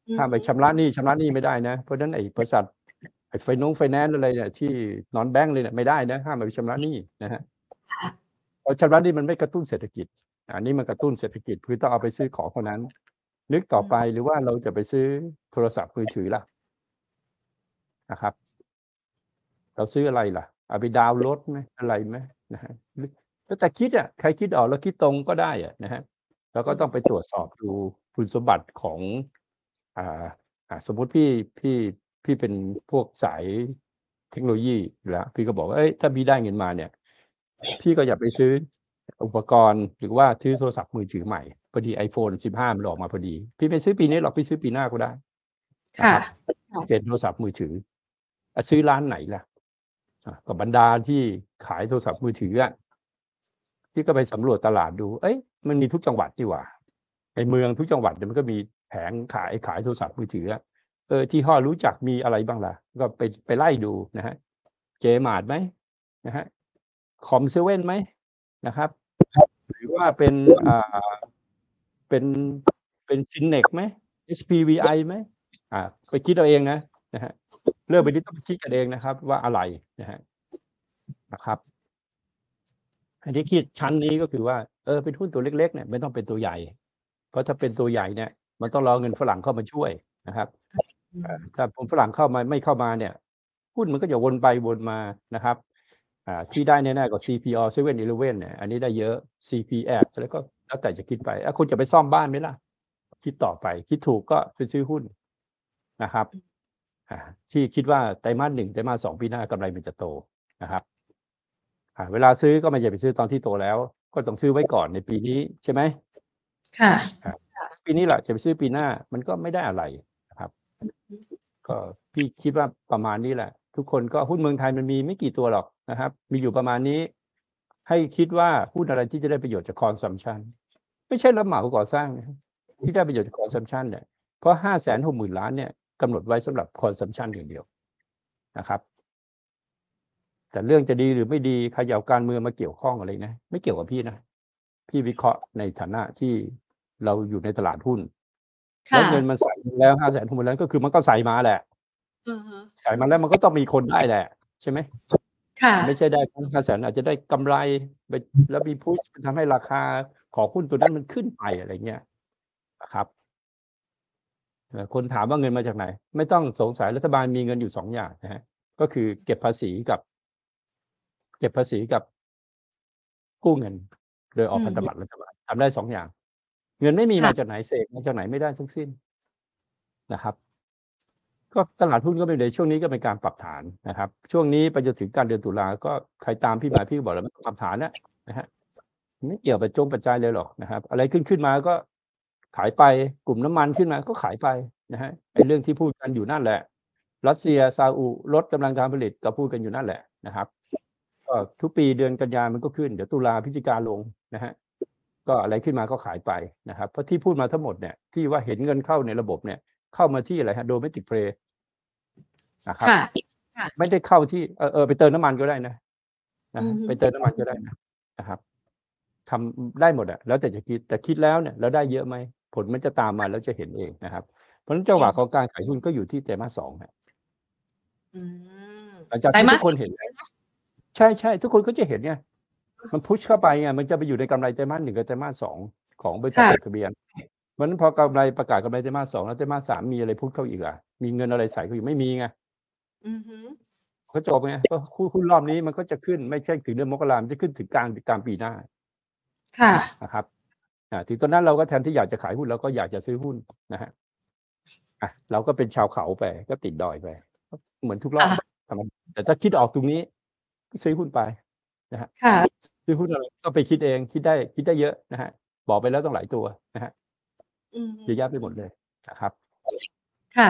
อือห้ามไปฮึชำระหนี้ ชำระหนี้ไม่ได้นะ เพราะฉะนั้นไอ้บริษัท ไอ้ไฟนงไฟแนนซ์อะไรเนี่ย ที่ Non-bank เลยเนี่ยไม่ได้นะ ห้ามเอาไปชำระหนี้นะครับค่ะเพราะชำระหนี้มันไม่กระตุ้นเศรษฐกิจ อันนี้มันกระตุ้นเศรษฐกิจ คือต้องเอาไปซื้อของเท่านั้น นึกต่อไปอืมหรือว่าเราจะไปซื้อโทรศัพท์มือถือล่ะ นะครับ เราซื้ออะไรล่ะ เอาไปดาวน์รถไหม อะไรไหม นะครับ นึก แล้วแต่คิดอะ ใครคิดออกแล้วคิดตรงก็ได้อะนะครับ เราอก็ืต้องไปมตรวจสอบดูคุณสมบัติของ อ่า อ่า สมมุติพี่ พี่ พี่เป็นพวกสายเทคโนโลยีอยู่แล้ว พี่ก็บอกว่า เฮ้ย ถ้าพี่ได้เงินมาเนี่ย พี่ก็อยากไปซื้ออุปกรณ์ หรือว่าซื้อโทรศัพท์มือถือใหม่ พอดี iPhone สิบห้า มันออกมาพอดี พี่ไม่ซื้อปีนี้หรอก พี่ซื้อปีหน้าก็ได้ นคะ่คะรับ เปลี่ยนโทรศัพท์มือถือ อะ ซื้อร้านไหนล่ะ อะ ก็บรรดาที่ขายโทรศัพท์มือถืออะ พี่ก็ไปสำรวจตลาดดู เอ๊ย มันมีทุกจังหวัดนี่หว่า ในเมืองทุกจังหวัดเนี่ยมันก็มีแผงขาย ขายโทรศัพท์มือถืออะ เออ ยี่ห้อรู้จักมีอะไรบ้างล่ะ ก็ไป ไปไล่ดูนะครับ J-Mart ไหม นะฮะ คอมเซเว่นไหม นะครับ หรือว่าเป็น อ่า เป็น เป็น Cinex ไหม เอส พี วี ไอ ไหม อ่า ไปคิดเอาเองนะ นะฮะ เรื่องพวกนี้ต้องไปคิดกันเองนะครับว่าอะไรนะฮะ นะครับ อันที่คิดชั้นนี้ก็คือว่า เออ เป็นหุ้นตัวเล็ก ๆ เนี่ยไม่ต้องเป็นตัวใหญ่ เพราะถ้าเป็นตัวใหญ่เนี่ย มันต้องรอเงินฝรั่งเข้ามาช่วยนะครับอือ่ามถ้าคนฝรั่งเข้ามา ไม่เข้ามาเนี่ย หุ้นมันก็จะวนไปวนมานะครับ อ่า ที่ได้แน่ ๆ ก็ ซี พี ออ เซเว่น-อีเลฟเว่น เนี่ย อันนี้ได้เยอะ ซี พี แอท แล้วก็แล้วแต่จะคิดไป แล้วคุณจะไปซ่อมบ้านไหมล่ะ คิดต่อไป คิดถูกก็ไปซื้อหุ้นนะครับอืมอ่า ที่คิดว่าไตรมาส หนึ่ง ไตรมาส สอง ปีหน้ากำไรมันจะโตนะครับ อ่า เวลาซื้อก็ไม่ใช่ไปซื้อตอนที่โตแล้ว ก็ต้องซื้อไว้ก่อนในปีนี้ ใช่ไหม? ค่ะครับ ปีนี้แหละจะไปซื้อปีหน้ามันก็ไม่ได้อะไรนะครับอือฮึก็พี่คิดว่าประมาณนี้แหละ ทุกคนก็ หุ้นเมืองไทยมันมีไม่กี่ตัวหรอกนะครับ มีอยู่ประมาณนี้ ให้คิดว่าหุ้นอะไรที่จะได้ประโยชน์จาก Consumption ไม่ใช่รับเหมาก่อสร้างนะครับ ที่ได้ประโยชน์จาก Consumption เนี่ย เพราะ ห้าแสนหกหมื่นล้าน เนี่ยกำหนดไว้สำหรับ Consumption อย่างเดียวนะครับ แต่เรื่องจะดีหรือไม่ดี ใครจะเอาการเมืองมาเกี่ยวข้องอะไรนะ ไม่เกี่ยวกับพี่นะ พี่วิเคราะห์ในฐานะที่เราอยู่ในตลาดหุ้นคแล้่วเงินะมันใส่มาแล้ว ห้าแสนหกหมื่นล้าน ก็คือมันก็ใส่มาแหละอือฮึใส่มาแล้วมันก็ต้องมีคนได้แหละ ใช่ไหม? ค่ไม่ะใช่ได้ทั้ง ห้าแสน อาจจะได้กำไรไป แล้วมี Push มันทำให้ราคาของหุ้นตัวนั้นมันขึ้นไป อะไรเงี้ย นะครับ เอ่อ คนถามว่าเงินมาจากไหน ไม่ต้องสงสัย รัฐบาลมีเงินอยู่ สอง อย่างนะครับ ก็คือเก็บภาษีกับ เก็บภาษีกับ กู้เงิน โดยออือฮอกพันธึบัตรรัฐบาล ทำได้ สอง อย่าง เงินไม่มีคม่าะจากไหน เสกมาจากไหนไม่ได้ทั้งสิ้น นะครับ ก็ตลาดหุ้นก็เป็น ในช่วงนี้ก็เป็นการปรับฐานนะครับ ช่วงนี้ไปจนถึงกลางเดือนตุลา ก็ใครตามพี่มา พี่ก็บอกแล้วมันต้องปรับฐานอะนะครับ ไม่เกี่ยวปัจจงปัจจัยเลยหรอกนะครับ อะไรขึ้น ขึ้นมาก็ขายไป กลุ่มน้ำมันขึ้นมาก็ขายไปนะครับ ไอ้เรื่องที่พูดกันอยู่นั่นแหละ รัสเซีย ซาอุลดกำลังการผลิต ก็พูดกันอยู่นั่นแหละนะครับ ก็ทุกปีเดือนกันยามันก็ขึ้น เดี๋ยวตุลา พฤศจิกาลงนะครับ ก็อะไรขึ้นมาก็ขายไปนะครับ เพราะที่พูดมาทั้งหมดเนี่ย ที่ว่าเห็นเงินเข้าในระบบเนี่ย เข้ามาที่อะไรครับ Domestic Play นะครัคบ่ะ ค่ะไม่ได้เข้าที่ เออ ๆ ไปเติมน้ำมันก็ได้นะ นอืะฮอะฮึไปเติมน้ำมันก็ได้นะ นะครับ ทำได้หมดอะ แล้วแต่จะคิด แต่คิดแล้วเนี่ย แล้วได้เยอะไหม ผลมันจะตามมาแล้วจะเห็นเองนะครับ เพราะฉะนั้นจังอืมหวะของการขายหุ้นก็อยู่ที่ไตรมาส สอง ครับอืมหลังจากไตรมที่ทาุสกคนเห็นแล้ว ใช่ ๆ ทุกคนก็จะเห็นไง มัน Push เข้าไปไง มันจะไปอยู่ในกำไรไตรมาส หนึ่ง กับไตรมาส สอง ของบริคษัท่จะดทะเบียน เพราะฉะนั้นพอกำไร ประกาศกำไรไตรมาส สอง แล้วไตรมาส สาม มีอะไร Push เข้าอีกล่ะ มีเงินอะไรใส่เข้าอีก ไม่มีไงอือฮึก็จบไง ก็หุ้น หุ้นรอบนี้มันก็จะขึ้น ไม่ใช่ถึงเดือนมกรา มันจะขึ้นถึงกลาง กลางปีหน้าค่ะนะครับ อ่า ถึงตอนนั้นเราก็แทนที่อยากจะขายหุ้น เราก็อยากจะซื้อหุ้นนะครับ อะ เราก็เป็นชาวเขาไป ก็ติดดอยไป ก็เหมือนทุกรคอ่บะแต่มัน แต่ถ้าคิดออกตรงนี้ ก็ซื้อหุ้นไปนะครับค่ะซื้อหุ้นอะไรก็ไปคิดเอง คิดได้ คิดได้เยอะนะครับ บอกไปแล้วตั้งหลายตัวนะครับอือฮเยอะแึยะไปหมดเลยนะครับค่ะ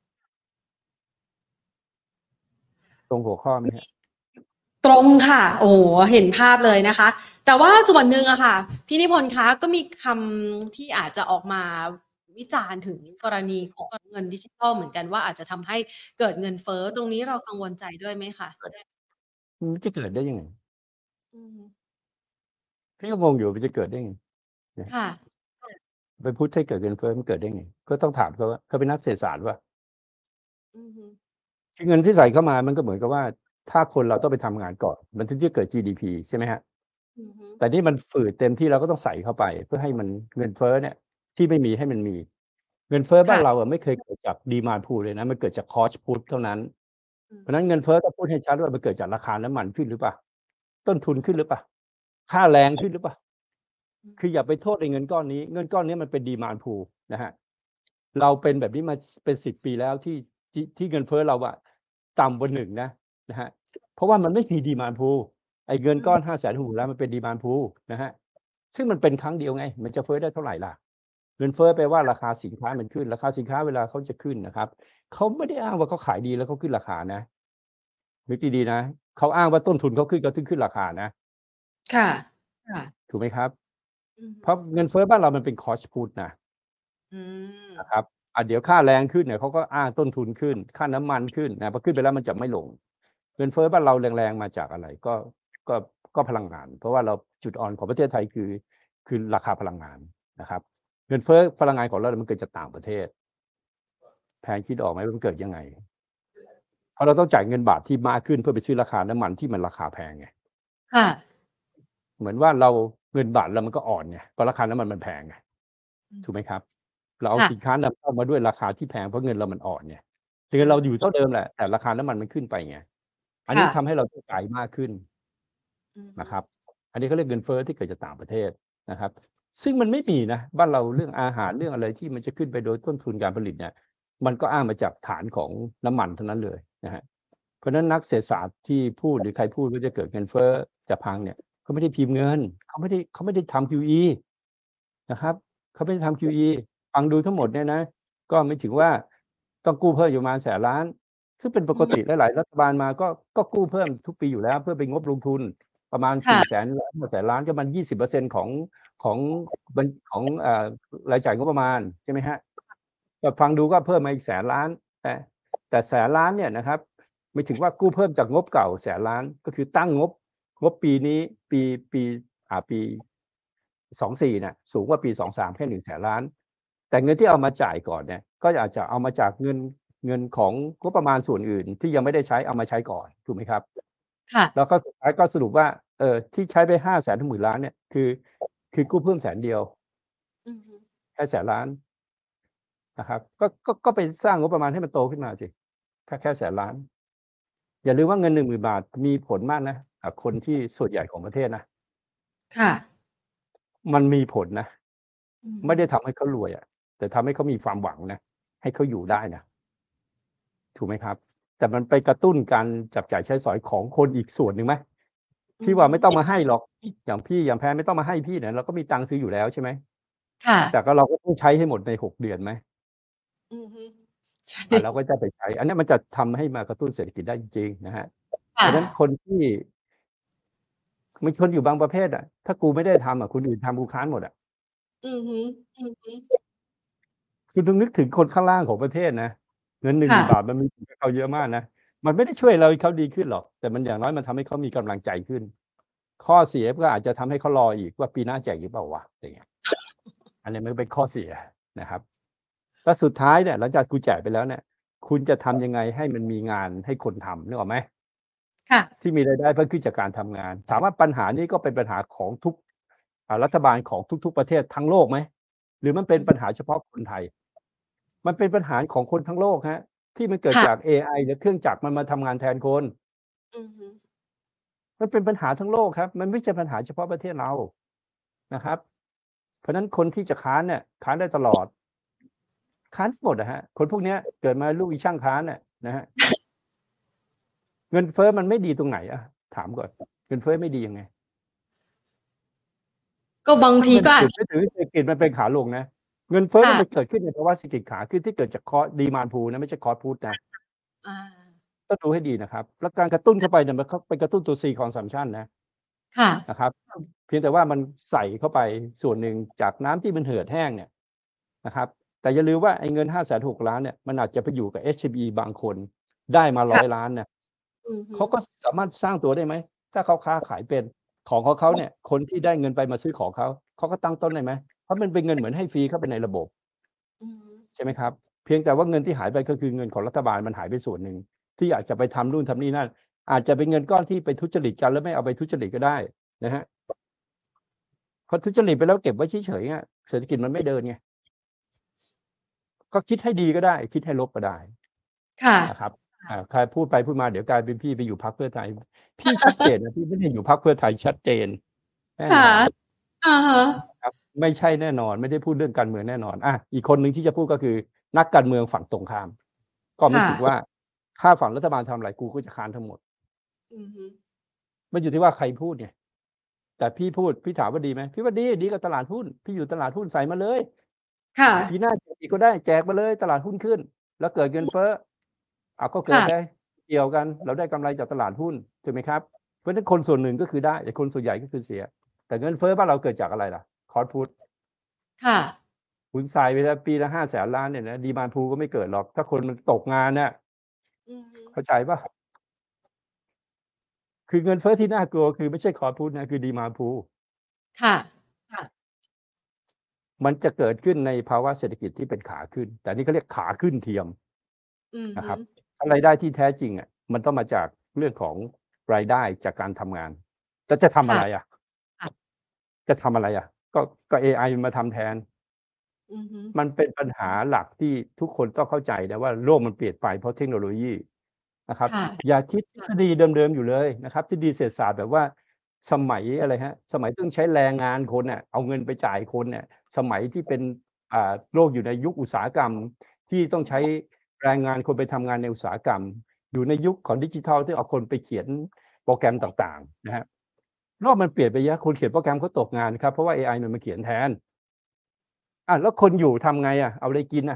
ตรงหัวข้อไหมครับ? ตรงค่ะ โอ้โฮ เห็นภาพเลยนะคะ แต่ว่าส่วนหนึ่งอะค่ะ พี่นิพนธ์คะ ก็มีคำที่อาจจะออกมาวิจารณ์ถึงกรณีของเงินดิจิทัลเหมือนกันว่า อาจจะทำให้เกิดเงินเฟ้อ ตรงนี้เรากังวลใจด้วยไหมคะ? มันจะเกิดได้ยังไง? อือฮึพี่ก็งงอยู่ มันจะเกิดได้ไง? นะค่ะไปพุชให้เกิดเงินเฟ้อมันเกิดได้ไงก็ต้องถามเขาว่าเขาเป็นนักเศรษฐศาสตร์ป่ะอือฮึที่เงินที่ใส่เข้ามามันก็เหมือนกับว่า ถ้าคนเราต้องไปทำงานก่อนมันถึงจะเกิด จี ดี พี ใช่ไหมฮะอือฮึแต่นี่มันฝืดเต็มที่เราก็ต้องใส่เข้าไป เพื่อให้มันเงินเฟ้อเนี่ย ที่ไม่มีให้มันมี เงินเฟ้อบ้าค่ะนเราอะไม่เคยเกิดจาก Demand Pull เลยนะ มันเกิดจาก Cost Push เท่านั้นอืมเพราะฉะนั้นเงินเฟ้อต้องพูดให้ชัดว่ามันเกิดจากราคาน้ำมันขึ้นหรือเปล่า ต้นทุนขึ้นหรือเปล่า ค่าแรงขึ้นหรือเปล่าอืมคืออย่าไปโทษไอ้เงินก้อนนี้ เงินก้อนนี้มันเป็น Demand Pull นะครับ เราเป็นแบบนี้มา ส เป็น สิบ ปีแล้วที่ ที่ ที่เงินเฟ้อเราอะต่ำกว่า หนึ่ง นะ นะครับ เพราะว่ามันไม่มี Demand Pull ไอ้เงินก้อน ห้าแสนหกหมื่นล้าน มันเป็น Demand Pull นะครับ ซึ่งมันเป็นครั้งเดียวไง มันจะเฟ้อได้เท่าไรล่ะ เงินเฟ้อแปลว่าราคาสินค้ามันขึ้น ราคาสินค้าเวลาเขาจะขึ้นนะครับ เขาไม่ได้อ้างว่าเขาขายดีแล้วเขาขึ้นราคานะ นึกดี ๆ นะ เขาอ้างว่าต้นทุนเขาขึ้น เขาถึงขึ้นราคานะค่ะ ค่ะถูกไหมครับ? อือฮเพึราะเงินเฟ้อบ้านเรามันเป็น Cost Push นะอืมนะครับ อ่า เดี๋ยวค่าแรงขึ้นเนี่ย เขาก็อ้างต้นทุนขึ้น ค่าน้ำมันขึ้น นะ พอขึ้นไปแล้วมันจะไม่ลง เงินเฟ้อบ้านเราแรง ๆ มาจากอะไร ก็ ก็ ก็พลังงาน เพราะว่าเรา จุดอ่อนของประเทศไทยคือ คือราคาพลังงานนะครับ เงินเฟ้อพลังงานของเราเนี่ยมันเกิดจากต่างประเทศ แพนคิดออกไหมว่ามันเกิดยังไง? เพราะเราต้องจ่ายเงินบาทที่มากขึ้น เพื่อไปซื้อราคาน้ำมันที่มันราคาแพงไงค่ะเหมือนว่าเรา เงินบาทเรามันก็อ่อนไง เพราะราคาน้ำมันมันแพงไงอืมถูกไหมครับ? เราเอาค่ะสินค้านำเข้ามาด้วยราคาที่แพง เพราะเงินเรามันอ่อนไง เงิอนเราอยู่าเท่าเดิมแหละ แต่ราคาน้ำมันมันขึ้นไปไง อันคนี้่ทะำให้เราต้องจ่ายมากขึ้นอือฮนึะครับ อันนี้เขาเรียกเงินเฟ้อที่เกิดจากต่างประเทศนะครับ ซึ่งมันไม่มีนะ บ้านเราเรื่องอาหาร เรื่องอะไรที่มันจะขึ้นไปโดยต้นทุนการผลิตเนี่ย มันก็อ้างมาจากฐานของน้ำมันทั้งนั้นเลยนะครับ เพราะฉะนั้นนักเศรษฐศาสตร์ที่พูด หรือใครพูดว่าจะเกิดเงินเฟ้อ จะพังเนี่ย เขาไม่ได้พิมพ์เงิน เขาไม่ได้ เขาไม่ได้ทำ QE นะครับ เขาไม่ได้ทำ QE ฟังดูทั้งหมดเนี่ยนะ ก็ไม่ถึงว่าต้องกู้เพิ่มอยู่ประมาณ แสนล้าน ซึ่งเป็นปอืกตมิ หลาย ๆ รัฐบาลมาก็ ก็กู้เพิ่มทุกปีอยู่แล้ว เพื่อเป็นงบลงทุนประมาณคส่ี่ะแสนล้าน ห้าแสนล้าน ก็ประมาณ ยี่สิบเปอร์เซ็นต์ ของ ของ บัญ ของ อ่า รายจ่ายงบประมาณ ใช่ไหมครับ? ก็ฟังดูก็เพิ่มมาอีก แสนล้าน แต่ แต่ แสนล้าน เนี่ยนะครับ หมายถึงว่ากู้เพิ่มจากงบเก่า แสนล้าน ก็คือตั้งงบ งบปีนี้ ปี ปี อ่า ปี สองสี่ เนี่ย สูงกว่าปี สองสาม แค่ หนึ่งแสนล้าน แต่เงินที่เอามาจ่ายก่อนเนี่ย ก็อาจจะเอามาจากเงิน เงินของงบประมาณส่วนอื่นที่ยังไม่ได้ใช้ เอามาใช้ก่อน ถูกไหมครับ? ค่ะแล้วก็สุดท้ายก็สรุปว่า เอ่อ ที่ใช้ไป ห้าแสน ถึง หมื่นล้าน เนี่ย คือ คือกู้เพิ่ม แสน เดียวอือฮึแค่ แสนล้าน นะครับ ก็ ก็ ก็ไปสร้างงบประมาณให้มันโตขึ้นมาสิ แค่ แค่ แสนล้าน อย่าลืมว่าเงิน หนึ่งหมื่น บาทมีผลมากนะกับคนที่ส่วนใหญ่ของประเทศนะค่ะมันมีผลนะอือไฮม่ได้ึทำให้เขารวยอะ แต่ทำให้เขามีความหวังนะ ให้เขาอยู่ได้นะ ถูกไหมครับ? แต่มันไปกระตุ้นการจับจ่ายใช้สอยของคนอีกส่วนหนึ่งไหม? อืที่ว่าไม่ต้องมมาให้หรอก อย่างพี่ อย่างแพนไม่ต้องมาให้พี่เนี่ย เราก็มีตังค์ซื้ออยู่แล้วใช่ไหม? ค่แต่ะก็เราก็ต้องใช้ให้หมดใน หก เดือนไหม? อือฮึ ใช่อ่า เราก็จะไปใช้ อันเนี้ยมันจะทำให้มากระตุ้นเศรษฐกิจได้จริง ๆ นะครับคเพร่าะฉะนั้นะคนที่ มีคนอยู่บางประเภทอะ ถ้ากูไม่ได้ทำอะ คนอื่นทำกูค้านหมดอะอือฮึ อือฮึคุณต้องนึกถึงคนข้างล่างของประเทศนะ เงิน หนึ่คงห่มื่น บาะท มันมีผลกับเขาเยอะมากนะ มันไม่ได้ช่วยอะไรเขาดีขึ้นหรอก แต่มันอย่างน้อยมันทำให้เขามีกำลังใจขึ้น ข้อเสียก็อาจจะทำให้เขารออีกว่าปีหน้าแจกอีกเปล่าวะ อย่างเงี้ย อันนี้มันก็เป็นข้อเสียนะครับ แล้วสุดท้ายเนี่ย หลังจากคุณแจกไปแล้วเนี่ย คุณจะทำยังไงให้มันมีงานให้คนทำ นึกออกไหม? ค่ะที่มีรายได้เพิ่มขึ้นจากการทำงาน ถามว่าปัญหานี้ก็เป็นปัญหาของทุก อ่า รัฐบาลของทุก ๆ ประเทศทั้งโลกไหม? หรือมันเปอ็ืนปัญมหาเฉพาะคนไทย? มันเป็นปัญหาของคนทั้งโลกครับ ที่มันเกิดค่จากะเอไอ หรือเครื่องจักรมันมาทำงานแทนคนอือฮึมันเป็นปัญหาทั้งโลกครับ มันไม่ใช่ปัญหาเฉพาะประเทศเรา นะครับ เพราะฉะนั้นคนที่จะค้านเนี่ย ค้านได้ตลอด ค้านหมดอะครับ คนพวกเนี้ยเกิดมาลูกอีช่างค้านน่ะนะครับ เงินเฟ้อมันไม่ดีตรงไหนอะ ถามก่อน เงินเฟ้อไม่ดียังไง? ก็บางถ้าเงินทีก็อเฟา้จอไม่ถือเศรษฐกิจมันเป็นขาลงนะ เงินเฟ้อคม่ันไปะเกิดขึ้นในภาวะเศรษฐกิจขาขึ้นที่เกิดจาก Cost Demand Pull นะ ไม่ใช่ Cost Push นะอาต้องดูให้ดีนะครับ แล้วการกระตุ้นเข้าไปเนี่ย มันก็ไปกระตุ้นตัว C consumption นะค่ะนะครับ เพียงแต่ว่ามันใส่เข้าไปส่วนหนึ่งจากน้ำที่มันเหือดแห้งเนี่ยนะครับ แต่อย่าลืมว่าไอ้เงิน ห้าแสนหก ล้าน เนี่ย มันอาจจะไปอยู่กับ เอส เอ็ม อี บางคนได้มาคร้่อะย ล้าน นะอือฮเึขาก็สามารถสร้างตัวได้ไหม? ถ้าเขาค้าขายเป็น ของของเขาเนี่ย คนที่ได้เงินไปมาซื้อของเขา เขาก็ตั้งต้นได้ไหม? เพราะมันเป็นเงินเหมือนให้ฟรีเข้าไปในระบบอืมใช่ไหมครับ เพียงแต่ว่าเงินที่หายไปก็คือเงินของรัฐบาลมันหายไปส่วนหนึ่งที่อยากจะไปทำนู่นทำนี่นั่น อาจจะเป็นเงินก้อนที่ไปทุจริตกันแล้วไม่เอาไปทุจริตก็ได้นะครับ พอทุจริตไปแล้วเก็บไว้เฉยๆอะเศรษฐกิจมันไม่เดินไง ก็คิดให้ดีก็ได้ คิดให้ลบก็ได้ค่ะนะครับ อ่า ใครพูดไปพูดมาเดี๋ยวกลายเป็นพี่ไปอยู่พรรคเพื่อไทย พี่ชัดเจนนะ พี่ไม่ได้อยู่พรรคเพื่อไทยชัดเจน แน่ค่นะอนอะฮะครับ ไม่ใช่แน่นอน ไม่ได้พูดเรื่องการเมืองแน่นอน อา อีกคนหนึ่งที่จะพูดก็คือนักการเมืองฝั่งตรงข้าม ก็ไม่ค่ผิดะว่า ถ้าฝั่งรัฐบาลทำอะไรกูก็จะค้านทั้งหมดอือฮึมันอยู่ที่ว่าใครพูดไง แต่พี่พูด พี่ถามว่าดีไหม พี่ว่าดี ดีกว่าตลาดหุ้น พี่อยู่ตลาดหุ้นใส่มาเลยค่ะปีหน้าแจกอีกก็ได้ แจกมาเลยตลาดหุ้นขึ้น แล้วเกิดเงินเฟ้อ อ้าว ก็เกิค่ดะไป เกี่ยวกัน เราได้กำไรจากตลาดหุ้น ถูกไหมครับ เพราะฉะนั้นคนส่วนหนึ่งก็คือได้ แต่คนส่วนใหญ่ก็คือเสีย แต่เงินเฟ้อบ้านเราเกิดจากอะไรล่ะ Cost Push ค่ะคุณใส่ไปแล้วปีละ ห้าแสนล้าน เนี่ยนะ Demand Pool ก็ไม่เกิดหรอก ถ้าคนมันตกงานน่ะอือฮึเข้าใจเปล่า? คือเงินเฟ้อที่น่ากลัว คือไม่ใช่ Cost Push นะ คือ Demand Pool ค่ะค่ะ มันจะเกิดขึ้นในภาวะเศรษฐกิจที่เป็นขาขึ้น แต่นี่เขาเรียกขาขึ้นเทียมอือนะฮึครับ ถ้ารายได้ที่แท้จริงอะ มันต้องมาจากเรื่องของรายได้จากการทำงาน แล้วจะทำคอะ่ะไรอะ? ค่ะจะทำอะไรอะ? ก็ ก็เอไอมันมาทำแทนอือฮึมันเป็นปัญหาหลักที่ทุกคนต้องเข้าใจนะว่า โลกมันเปลี่ยนไปเพราะเทคโนโลยีนะครับค่ะอย่าคิดทฤษฎีเดิม ๆ อยู่เลยนะครับ ทฤษฎีเศรษฐศาสตร์แบบว่าสมัยอะไรครับ สมัยต้องใช้แรงงานคนน่ะ เอาเงินไปจ่ายคนน่ะ สมัยที่เป็น อ่า โลกอยู่ในยุคอุตสาหกรรมที่ต้องใช้แรงงานคนไปทำงานในอุตสาหกรรม อยู่ในยุคของดิจิทัลที่เอาคนไปเขียนโปรแกรมต่าง ๆ นะครับ โลกมันเปลี่ยนไปเยอะ คนเขียนโปรแกรมเขาตกงานครับ เพราะว่าเอไอมันมาเขียนแทน อ้าว แล้วคนอยู่ทำไงอะ เอาอะไรกินอะ?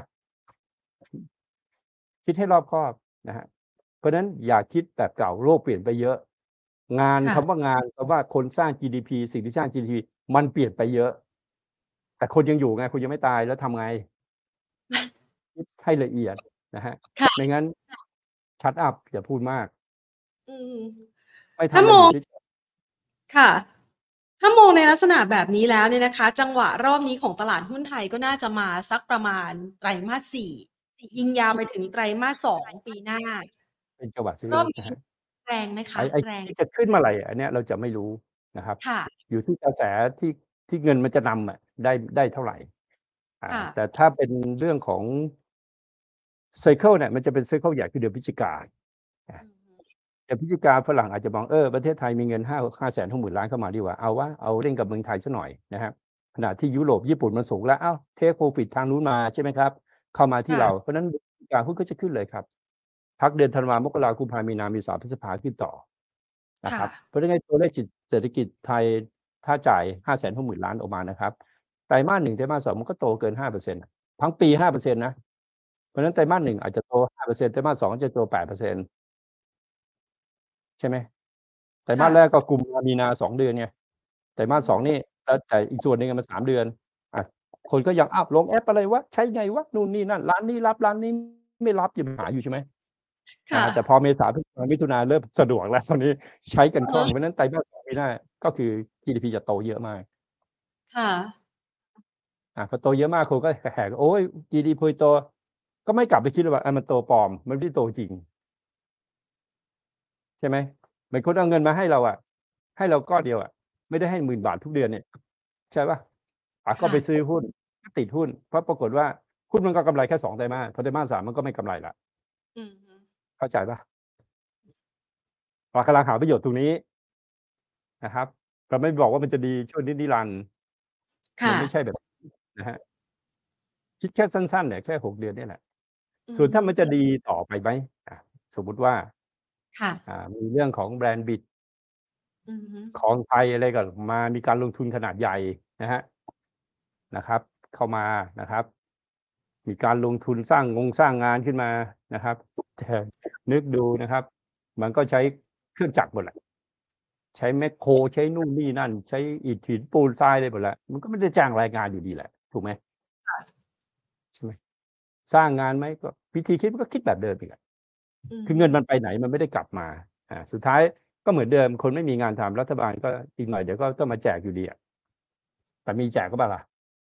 คิดให้รอบคอบนะครับ เพราะฉะนั้นอย่าคิดแบบเก่า โลกเปลี่ยนไปเยอะ งานค่คะำว่างาน คำว่าคนสร้าง จี ดี พี สิ่งที่สร้าง จี ดี พี มันเปลี่ยนไปเยอะ แต่คนยังอยู่ไง คนยังไม่ตาย แล้วทำไง? คิดให้ละเอียดนะครับค่ะไม่งั้น shut up อย่าพูดมากอืมไม่ทถ้าำอะไรมองอยู่เฉย ๆค่ะ ถ้ามองในลักษณะแบบนี้แล้วเนี่ยนะคะ จังหวะรอบนี้ของตลาดหุ้นไทยก็น่าจะมาสักประมาณไตรมาส สี่ ยิงยาวไปถึงไตรมาส สอง ปีหน้าเป็นจังหวะซื้อรอบนนะี้ครับแรงไหมคไอ้ะ? ไอ้แรงที่จะขึ้นเมื่อไร อันเนี้ยเราจะไม่รู้นะครับค่ะอยู่ที่กระแสที่ ที่เงินมันจะนำอะได้ ได้เท่าไร อ่าค่แต่ะถ้าเป็นเรื่องของ ไซเกิลเนี่ย มันจะเป็นไซเกิลใหญ่คือเดือนพฤศจิกา อาอือฮึเดือนพฤศจิกาฝรั่งอาจจะมอง เออ ประเทศไทยมีเงิน ห้า ห้าแสนหกหมื่นล้าน เข้ามาดีกว่า เอาวะ เอาเล่นกับเมืองไทยสักหน่อยนะครับ ขณะที่ยุโรป ญี่ปุ่นมันสูงแล้ว อ้าว Take Profit ทางนู้นมาใช่ไหมครับ เข้ามาทีค่่เราะเพราะฉะนั้น พฤศจิกา หุ้นก็จะขึ้นเลยครับ พักเดือนธันวา มกรา กุมภา มีนา เมษา พฤษภา ขึ้นต่อนคะค่รับะเพราะฉะนั้นตัวเลขจิต เศรษฐกิจไทยถ้าจ่าย ห้าแสนหกหมื่นล้าน ออกมานะครับ ไตรมาส หนึ่ง ไตรมาส สอง มันก็โตเกิน ห้าเปอร์เซ็นต์ อะ ทั้งปี ห้าเปอร์เซ็นต์ นะ เพราะฉะนั้นไตรมาส หนึ่ง อาจจะโต ห้าเปอร์เซ็นต์ ไตรมาส สอง จะโต แปดเปอร์เซ็นต์ ใช่ไหม ไตรคมา่สแระกก็กุมภา มีนา สอง เดือนไง ไตรอืมาส สองมนี่ แล้วแต่อีกส่วนหนึ่งอะมัน สาม เดือน อะ คนก็ยัง อ้าว ลงแอปอะไรวะ ใช้ไงวะ นู่นนี่นั่น ร้านนี้รับ ร้านนี้ไม่รับ ยังหาอยู่ใช่ไหมคอ่า่แต่ะพอเมษา พฤษภา มิถุนาเริ่มสะดวกแล้ว ตอนนี้ใช้กัอนะฮคล่องะเพราะฉะนั้นไตรมาส สอง ปีหน้า ก็คือ จี ดี พี จะโตเยอะมากค่ะอา พอโตเยอะมากคนก็แห่ ๆ โอ๊ย จี ดี พี โต ก็ไม่กลับไปคิดเลยว่า อา มันโตปลอม มันไม่ได้โตจริง ใช่ไหม เหมือนคนเอาเงินมาให้เราอะ ให้เราก้อนเดียวอะ ไม่ได้ให้ หนึ่งหมื่น บาททุกเดือนเนี่ย ใช่เปล่า อาคก็่ไปะซื้อหุ้น ก็ติดหุ้น เพราะปรากฏว่าหุ้นมันก็กำไรแค่ สอง ไตรมาส พอไตรมาส สาม มันก็ไม่กำไรแล้วอือฮึเข้าใจเปล่า? เรากำลังหาประโยชน์ตรงนี้ นะครับ แต่ไม่บอกว่ามันจะดีชั่วนิดนิรันดร์คม่ันไม่ใช่ะแบบ นะฮะ คิดแค่สั้น ๆ เนี่ย แค่ หก เดือนเนี่ยแหละ ส่วนถอือฮ้าึมันจะดีต่อไปไหม อา สมมุติว่าค่ะอ่า มีเรื่องของแบรนด์ บิตอือฮึของไทยอะไรก็มา มีการลงทุนขนาดใหญ่นะครับ นะครับ เข้ามานะครับ มีการลงทุนสร้างงงสร้างงานขึ้นมานะครับ แต่นึกดูนะครับ มันก็ใช้เครื่องจักรหมดแหละ ใช้แม็คโคร ใช้นู่นนี่นั่น ใช้อิฐ หิน ปูน ทรายอะไรหมดแหละ มันก็ไม่ได้จ้างแรงงานอยู่ดีแหละ ถูกไหม? ค่ะใช่ไหม สร้างงานไหม ก็วิธีคิดมันก็คิดแบบเดิมอีกอะ คอือือฮเงินมัึนไปไหน มันไม่ได้กลับมา อา สุดท้ายก็เหมือนเดิม คนไม่มีงานทำ รัฐบาลก็อีกหน่อยเดี๋ยวก็ต้องมาแจกอยู่ดีอะ แต่มีแจกหรือเปล่าล่ะ?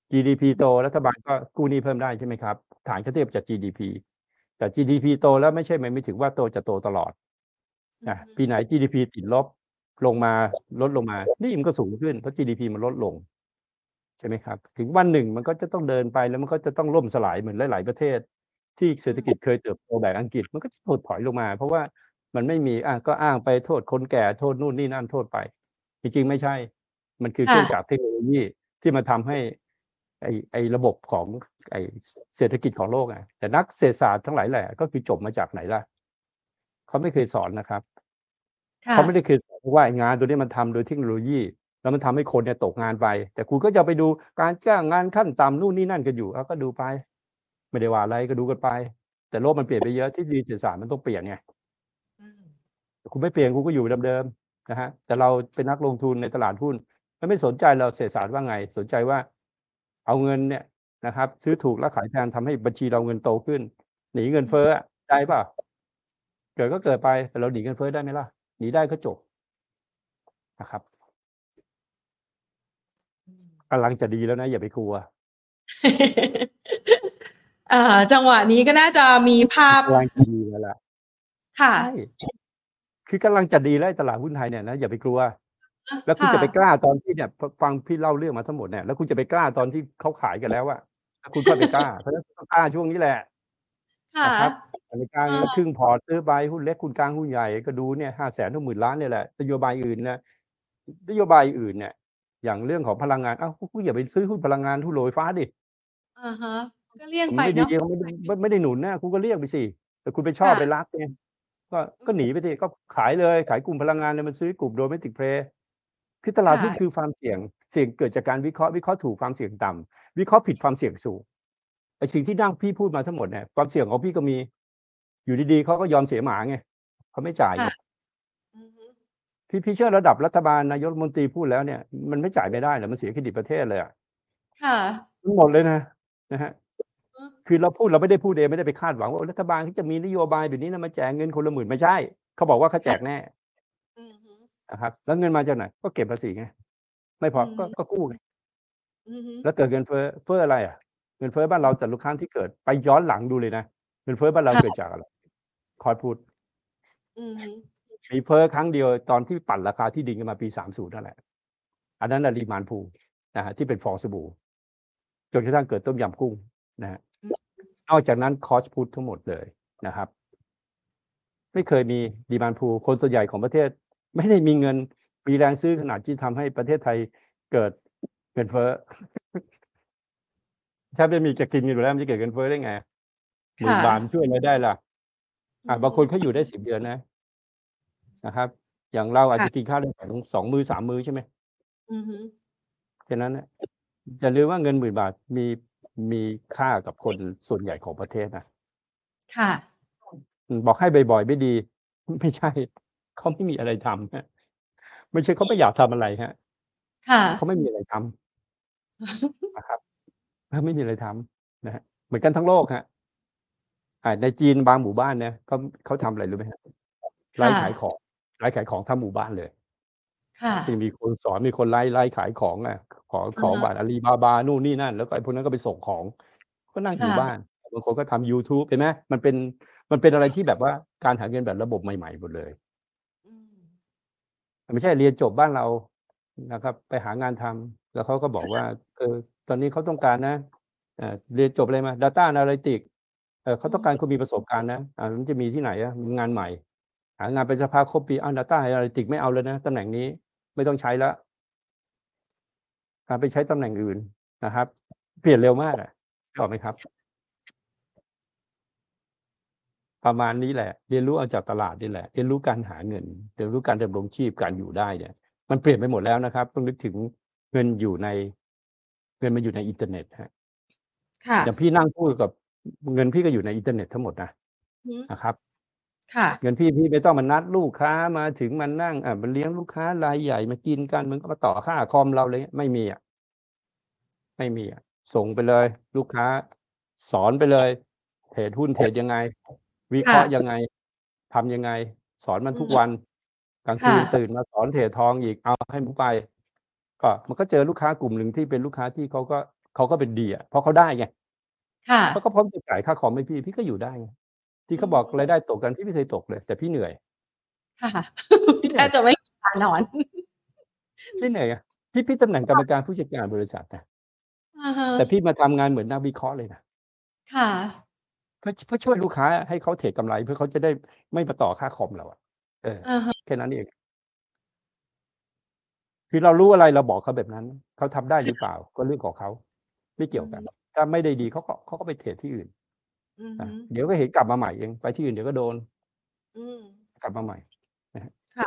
จี ดี พี โตรัฐบาลก็กู้หนี้เพิ่มได้ใช่ไหมครับฐานเขาเทียบจาก จี ดี พี แต่ จี ดี พี โตแล้วไม่ใช่มันไม่ถึงว่าโตจะโตตลอดนะปีไหน จี ดี พี ติดลบลงมาลดลงมาหนี้มันก็สูงขึ้นเพราะ จี ดี พี มันลดลงใช่ไหมครับถึงวันหนึ่งมันก็จะต้องเดินไปแล้วมันก็จะต้องล่มสลายเหมือนหลายๆประเทศที่เศรษฐกิจเคยเติบโตแบบอังกฤษมันก็จะถดถอยลงมา เพราะว่ามันไม่มีอ่ะก็อ้างไปโทษคนแก่โทษนู่นนี่นั่นโทษไปจริงๆไม่ใช่มันคือเครื่องจักรเทคโนโลยีที่มาทำให้ไอ้ไอ้ระบบของไอ้เศรษฐกิจของโลกอ่ะแต่นักเศรษฐศาสตร์ทั้งหลายแหละก็คือจบมาจากไหนล่ะเขาไม่เคยสอนนะครับเขาไม่ได้เคยสอนว่างานตัวนี้มันทำโดยเทคโนโลยีแล้วมันทำให้คนเนี่ยตกงานไปแต่คุณก็จะไปดูการจ้างงานขั้นต่ำนู่นนี่นั่นกันอยู่เอาก็ดูไปไม่ได้ว่าอะไรก็ดูกันไปแต่โลกมันเปลี่ยนไปเยอะที่ดีเศรษฐศาสตร์มันต้องเปลี่ยนไงคุณไม่เปลี่ยนคุณก็อยู่เดิมๆนะฮะแต่เราเป็นนักลงทุนในตลาดหุ้นไม่สนใจเราเศรษฐศาสตร์ว่าไงสนใจว่าเอาเงินเนี่ยนะครับซื้อถูกแล้วขายแพงทำให้บัญชีเราเงินโตขึ้นหนีเงินเฟ้อได้ป่ะเกิดก็เกิดไปแต่เราหนีเงินเฟ้อได้ไหมล่ะหนีได้ก็จบนะครับกำลังจะดีแล้วนะอย่าไปกลัวอ่าจังหวะนี้ก็น่าจะมีภาพกำลังจะดีแล้วล่ะค่ะใช่คือกำลังจะดีแล้วตลาดหุ้นไทยเนี่ยนะอย่าไปกลัวแล้วคุณค่ะจะไปกล้าตอนที่เนี่ยฟังพี่เล่าเรื่องมาทั้งหมดเนี่ยแล้วคุณจะไปกล้าตอนที่เขาขายกันแล้วอะแล้วคุณค่อยไปกล้าเพราะฉะนั้นต้องกล้าช่วงนี้แหละค่ะนะครับในกลางเออครึ่งพอร์ตซื้อไปหุ้นเล็กหุ้นกลางหุ้นใหญ่ก็ดูเนี่ยห้าแสนถึงหมื่นล้านเนี่ยแหละนโยบายอื่นนะนโยบายอื่นเนี่ยอย่างเรื่องของพลังงานเอ้าคุณอย่าไปซื้อหุ้นพลังงานหุ้นโรงไฟฟ้าดิอ่าฮะก็เลี่ยงมันไปไม่ดีเนาะเขาไม่ได้ไม่ไม่ได้หนุนนะคุณก็เรียกไปสิแต่คุณไปชอบค่ะไปรักไงก็ก็หนีไปสิก็ขายเลยขายกลุ่มพลังงานเนี่ยมันซื้อกลุ่ม Domestic Play คือตลาดหุ้นค่ะคือความเสี่ยงเสี่ยงเกิดจากการวิเคราะห์วิเคราะห์ถูกความเสี่ยงต่ำวิเคราะห์ผิดความเสี่ยงสูงไอ้สิ่งที่นั่งพี่พูดมาทั้งหมดเนี่ยความเสี่ยงของพี่ก็มีอยู่ดีๆเขาก็ยอมเสียหมาไงเขาไม่จ่ายไงค่ะอือฮึพี่พี่เชื่อระดับรัฐบาลนายกรัฐมนตรีพูดแล้วเนี่ยมันไม่จ่ายไม่ได้เหรอมันเสียเครดิตประเทศเลยอะค่ะทั้งหมดเลยนะนะฮะอือคือเราพูดเราไม่ได้พูดเองไม่ได้ไปคาดหวังว่ารัฐบาลเขาจะมีนโยบายแบบนี้นะมาแจกเงินคนละหมื่นไม่ใช่เขาบอกว่าเขาแจกแน่อือฮึนะครับแล้วเงินมาจากไหนก็เก็บภาษีไงไม่พอก็ก็กู้ไงอือฮึแล้วเกิดเงินเฟ้อเฟ้ออะไรอะเงินเฟ้อบ้านเราแต่ละครั้งที่เกิดไปย้อนหลังดูเลยนะเงินเฟ้อบ้านเราค่ะเกิดจากอะไรคอยพูดอือฮึมีเฟ้อครั้งเดียวตอนที่ปั่นราคาที่ดินกันมาปีสามสิบนั่นแหละอันนั้นน่ะ Demand Pool นะฮะที่เป็นฟองสบู่จนกระทั่งเกิดต้มยำกุ้งนะฮะอือนอกจากนั้น Cost Push ทั้งหมดเลยนะครับไม่เคยมี Demand Pool คนส่วนใหญ่ของประเทศไม่ได้มีเงินมีแรงซื้อขนาดที่ทำให้ประเทศไทยเกิดเงินเฟ้อ แทบไม่มีจะกินกันอยู่แล้วมันจะเกิดเงินเฟ้อได้ไงหมื่นค่ะบาทมันช่วยอะไรได้ล่ะอือ่าอบางคนเขาอยู่ได้สิบเดือนนะนะครับ อย่างเราอาจค่ะจะกินข้าวได้สองสองมื้อสามมื้อใช่ไหมอือฮึฉะนั้นน่ะอย่าลืมว่าเงินหมื่นบาทมีมีค่ากับคนส่วนใหญ่ของประเทศนะค่ะอืมบอกให้บ่อยๆไม่ดี ไม่ใช่เขาไม่มีอะไรทำครับไม่ใช่เขาไม่อยากทำอะไรครับค่ะเขาไม่มีอะไรทำ นะครับเขาไม่มีอะไรทำนะฮะเหมือนกันทั้งโลกครับอ่าในจีนบางหมู่บ้านนะเขาเขาทำอะไรรู้ไหมครับไลฟ์ค่ะขายของไลฟ์ขายของทั้งหมู่บ้านเลยค่ะที่มีคนสอนมีคนไลฟ์ไลฟ์ขายของอะของขอะฮะองผ่าน Alibaba นู่นนี่นั่นแล้วก็ไอ้พวกนั้นก็ไปส่งของก็นั่งอค่ะยู่บ้านบางคนก็ทำยูทูบเห็นไหมมันเป็นมันเป็นอะไรที่แบบว่าการหาเงินแบบระบบใหม่ๆหมดเลยอืมไม่ใช่เรียนจบบ้านเรานะครับไปหางานทำแล้วเขาก็บอกว่าเออตอนนี้เขาต้องการนะเอ่อเรียนจบอะไรมา Data Analytics เอ่อเขาต้องการคนมีประสบการณ์นะอ่ามันจะมีที่ไหนอะงานใหม่หางานไปสักพักครบปีอ้าว Data Analytics ไม่เอาแล้วนะตำแหน่งนี้ไม่ต้องใช้แล้วอ่าไปใช้ตำแหน่งอื่นนะครับ เปลี่ยนเร็วมากอะนึกออกไหมครับ ประมาณนี้แหละ เรียนรู้เอาจากตลาดนี่แหละ เรียนรู้การหาเงิน เรียนรู้การดำรงชีพการอยู่ได้เนี่ย มันเปลี่ยนไปหมดแล้วนะครับ ต้องนึกถึงเงินอยู่ใน เงินมันอยู่ในอินเทอร์เน็ตครับค่ะอย่างพี่นั่งพูดกับ เงินพี่ก็อยู่ในอินเทอร์เน็ตทั้งหมดนะอือฮึนะครับค่ะเงินพี่พี่ไม่ต้องมานัดลูกค้ามาถึงมานั่งอ่ามาเลี้ยงลูกค้ารายใหญ่มากินกันมันก็มาต่อค่าคอมเราอะไรเงี้ยไม่มีอะไม่มีอะส่งไปเลยลูกค้า สอนไปเลย เทรดหุ้นเทรดยังไง วิเคค่ะราะห์ยังไงทำยังไง สอนมันอือฮึทุกวัน กลางคคื่ะนตื่นมาสอนเทรดทองอีกเอาให้มันไป ก็มันก็เจอลูกค้ากลุ่มหนึ่งที่เป็นลูกค้าที่เขาก็เขาก็เป็นดีอะเพราะเขาได้ไงค่ะเขาก็พร้อมจะจ่ายค่าคอมให้พี่ พี่ก็อยู่ได้ไง ที่เขาบอกรายได้ตกกัน พี่ไม่เคยตกเลย แต่พี่เหนื่อยค่ะพี่เหแทนื่อยบจะไม่มีเวลานอนพี่เหนื่อยอะ พี่ พี่ตำแหน่งกรรมการผู้จัดการบริษัทนะอะฮะแต่พี่มาทำงานเหมือนนักวิเคราะห์เลยนะค่ะเพื่อ ช เพื่อช่วยลูกค้าให้เขาเทรดกำไร เพื่อเขาจะได้ไม่มาต่อค่าคอมเราอะ เอออะฮะแค่นั้นเอง คือเรารู้อะไรเราบอกเขาแบบนั้น เขาทำได้หรือเปล่าก็เรื่องของเขา ไม่เอกี่ืยวกันมถ้าไม่ได้ดีเขาก็ เขาก็ไปเทรดที่อื่น ออือฮาึเดี๋ยวก็เห็นกลับมาใหม่เอง ไปที่อื่นเดี๋ยวก็โดนอืมกลับมาใหม่ นะฮะค่ะ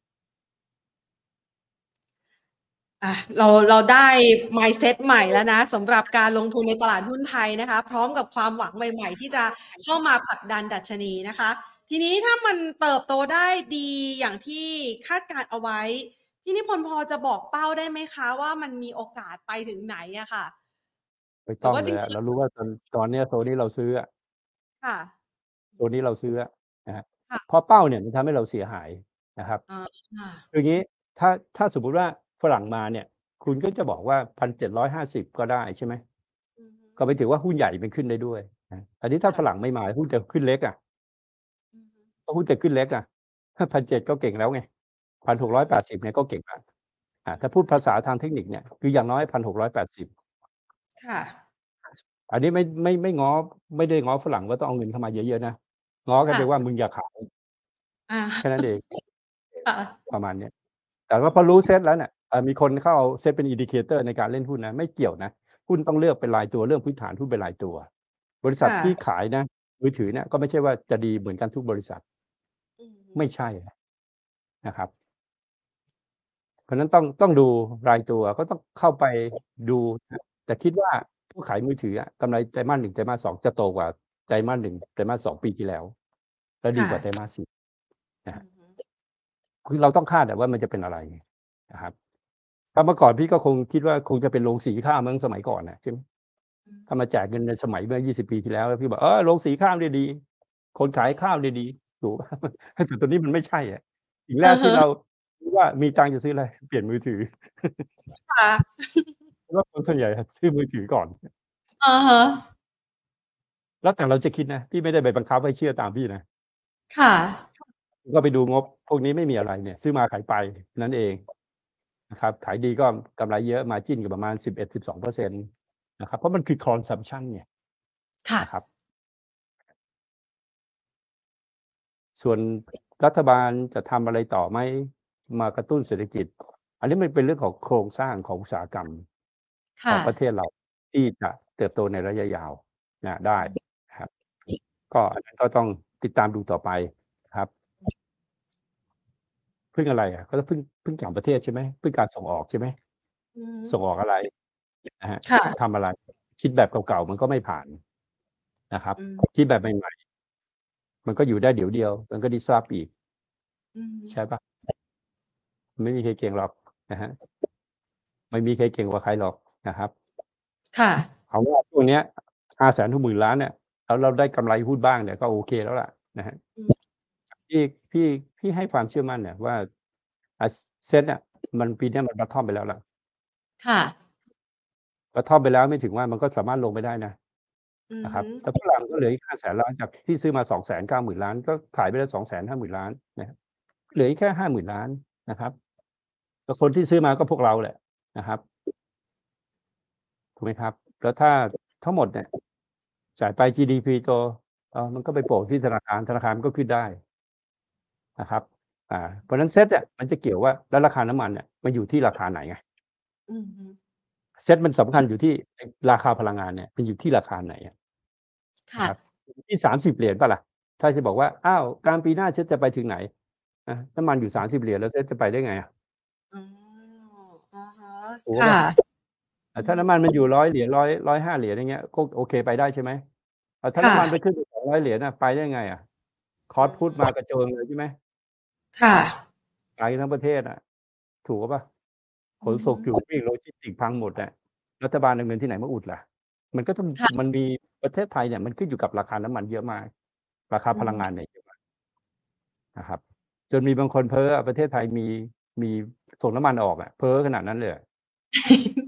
อะ เรา เราได้ mindset ใหม่แล้วนะ สำหรับการลงทุนในตลาดหุ้นไทยนะคะ พร้อมกับความหวังใหม่ ๆ ที่จะเข้ามาผลักดันดัชนีนะคะ ทีนี้ถ้ามันเติบโตได้ดีอย่างที่คาดการณ์เอาไว้ พี่นิพนธ์พอจะบอกเป้าได้ไหมคะว่า มันมีโอกาสไปถึงไหนอะค่ะ? ไม่ตหรื้อว่าจรองเลยอิะงเรๆารู้ว่าตอน ตอนเนี้ยโซนที่เราซื้ออะค่ะโซนนี้เราซื้ออะนะครับค่ะเพราะเป้าเนี่ยมันทำให้เราเสียหายนะครับอ๋อ ค่คือะอย่างงี้ ถ้า ถ้าสมมุติว่าฝรั่งมาเนี่ย คุณก็จะบอกว่า หนึ่งพันเจ็ดร้อยห้าสิบ ก็ได้ใช่ไหม? อือฮึก็หมายถึงว่าหุ้นใหญ่มันขึ้นได้ด้วยนะ อันนี้ถ้าค่ฝะรั่งไม่มาหุ้นจะขึ้นเล็กอะอือฮึถ้าหุ้นจะขึ้นเล็กอะ ถ้า พันเจ็ด ก็เก่งแล้วไง หนึ่งพันหกร้อยแปดสิบ เนี่ยก็เก่งแล้ว อ่า ถ้าพูดภาษาทางเทคนิคเนี่ย คืออย่างน้อย หนึ่งพันหกร้อยแปดสิบค่ะอันนี้ไม่ ไม่ ไม่ง้อ ไม่ได้ง้อฝรั่งว่าต้องเอาเงินเข้ามาเยอะ ๆ นะ ง้อแคค่่เพียงว่าะมึงอย่าขายอาแค่นั้นเองค่ะประมาณเนี้ย แต่ว่าพอรู้เซตแล้วเนี่ย เอ่อ มีคนเข้าเอาเซตเป็น indicator ในการเล่นหุ้นนะ ไม่เกี่ยวนะ หุ้นต้องเลือกเป็นรายตัว เรื่องพื้นฐานหุ้นเป็นรายตัว บริคษัท่ที่ะขายนะ มือถือเนี่ย ก็ไม่ใช่ว่าจะดีเหมือนกันทุกบริษัทอือฮึไม่ใช่นะครับ เพราะฉะนั้นต้อง ต้องดูรายตัว ก็ต้องเข้าไปดู แต่คิดว่าผู้ขายมือถืออะกำไรไตรมาส หนึ่ง ไตรมาส สอง จะโตกว่าไตรมาส หนึ่ง ไตรมาส สอง ปีที่แล้ว และคดี่กว่าไตระมาส สี่ นะอคืรับอฮึคือเราต้องคาดอะว่ามันจะเป็นอะไรนะครับ ถ้าเมื่อก่อนพี่ก็คงคิดว่าคงจะเป็นโรงสีข้าวมั้งสมัยก่อนน่ะ ใช่ไหมอืถ้ามามแจกเงินในสมัยเมื่อ ยี่สิบ ปีที่แล้ว แล้วพี่บอก เออ โรงสีข้าวเนี่ยดี คนขายข้าวเนี่ยดี ถูก เปล่า แต่ตอนนี้มันไม่ใช่อะ สิ่งแอระฮกที่ะเราคิดว่ามีตังค์จะซื้ออะไร เปลี่ยนมือถือค่ะเพราะว่าคนส่วนใหญ่อะซื้อมือถือก่อนอะฮะแล้วแต่เราจะคิดนะ พี่ไม่ได้ไปบังคับให้เชื่อตามพี่นะค่ะคุณก็ไปดูงบ พวกนี้ไม่มีอะไรเนี่ย ซื้อมาขายไปนั่นเองนะครับ ขายดีก็กำไรเยอะ margin ก็ประมาณ สิบเอ็ดสิบสองเปอร์เซ็นต์ นะครับ เพราะมันคือ consumption ไงค่นะคะรับ ส่วนรัฐบาลจะทำอะไรต่อไหม มากระตุ้นเศรษฐกิจ อันนี้มันเป็นเรื่องของโครงสร้างของอุตสาหกรรมคข่องประะเทศเรา ที่จะเติบโตในระยะยาวนะ ได้อืมครับ ก็อันนั้นก็ต้องติดตามดูต่อไปครับ พึ่งอะไรอะ ก็ต้องพึ่ง พึ่งต่างประเทศใช่ไหม พึ่งการส่งออกใช่ไหมอือฮึส่งออกอะไรนะครับค่ะทำอะไร คิดแบบเก่า ๆ มันก็ไม่ผ่านนะครับอืมคิดแบบใหม่ ๆ มันก็อยู่ได้เดี๋ยวเดียว มันก็ดิสรับอีกอือฮึใช่เปล่า? ไม่มีใครเก่งหรอกนะครับ ไม่มีใครเก่งกว่าใครหรอกนะครับค่ะเอาว่าช่วงเนี้ย ห้าแสนหกหมื่นล้าน เนี่ย แล้วเราได้กำไรหุ้นบ้างเนี่ยก็โอเคแล้วล่ะนะครับอืมพี่ พี่ พี่ให้ความเชื่อมั่นน่ะว่า อ่า ซ เซ็ตอะ มันปีเนี้ยมัน บอตตอม ไปแล้วล่ะค่ะบอตตอม ไปแล้วไม่ถึงว่ามันก็สามารถลงไปได้นะ นอือะคฮรัึบ แต่ฝรั่งก็เหลืออีก ห้าแสนล้าน จากที่ซื้อมา สองแสนเก้าหมื่นล้าน ก็ขายไปแล้ว สองแสนห้าหมื่นล้าน นะครับ เหลืออีกแค่ ห้าหมื่นล้าน นะครับ แล้วคนที่ซื้อมาก็พวกเราแหละนะครับ ถูกไหมครับ แล้วถ้าทั้งหมดเนี่ย จ่ายไป จี ดี พี โต เออ มันก็ไปโปะที่ธนาคาร ธนาคารมันก็ขึ้นได้ นะครับ อ่า เพราะฉะนั้นเซ็ตเนี่ยมันจะเกี่ยวว่า แล้วราคาน้ำมันเนี่ยมันอยู่ที่ราคาไหนไงอือฮึเซ็ตมันสำคัญอยู่ที่ ไอ้ราคาพลังงานเนี่ยมันอยู่ที่ราคาไหนอะคนะ่ครับะอยู่ที่ สามสิบ เหรียญเปล่าล่ะ ถ้าจะบอกว่า อ้าว กลางปีหน้าเซ็ตจะไปถึงไหน อา น้ำมันอยู่ สามสิบ เหรียญ แล้วเซ็ตจะไปได้ไงอะ? อ๋อ อะฮะ คถูกเปล่ะาล่ะ แตอื่ถ้าน้มำมันมันอยู่ ร้อย เหรียญ ร้อย ร้อยห้า เหรียญ อย่างเงี้ย ก็โอเคไปได้ใช่ไหม แต่ถ้าคน้่ำมันไปะขึ้น สองร้อย เหรียญอะ ไปได้ไงอะ คอือสต์พุตมมากระเจิงเลยใช่ไหม? ค่ะขายกันทั้งประเทศอะ ถูกหรือเปล่า? ขอือฮนส่งึหยุดวิ่ง โลจิสติกส์พังหมดอะ รัฐบาลเอาเงินที่ไหนมาอุดล่ะ มันก็ต้องค่ะมันมี ประเทศไทยเนี่ยมันขึ้นอยู่กับราคาน้ำมันเยอะมาก ราคาอืมพลังงานเนี่ยเยอะมาก นะครับ จนมีบางคนเพ้ออะ ประเทศไทยมี มีส่งน้ำมันออกอะ เพ้อขนาดนั้นเลยเหรอ? น้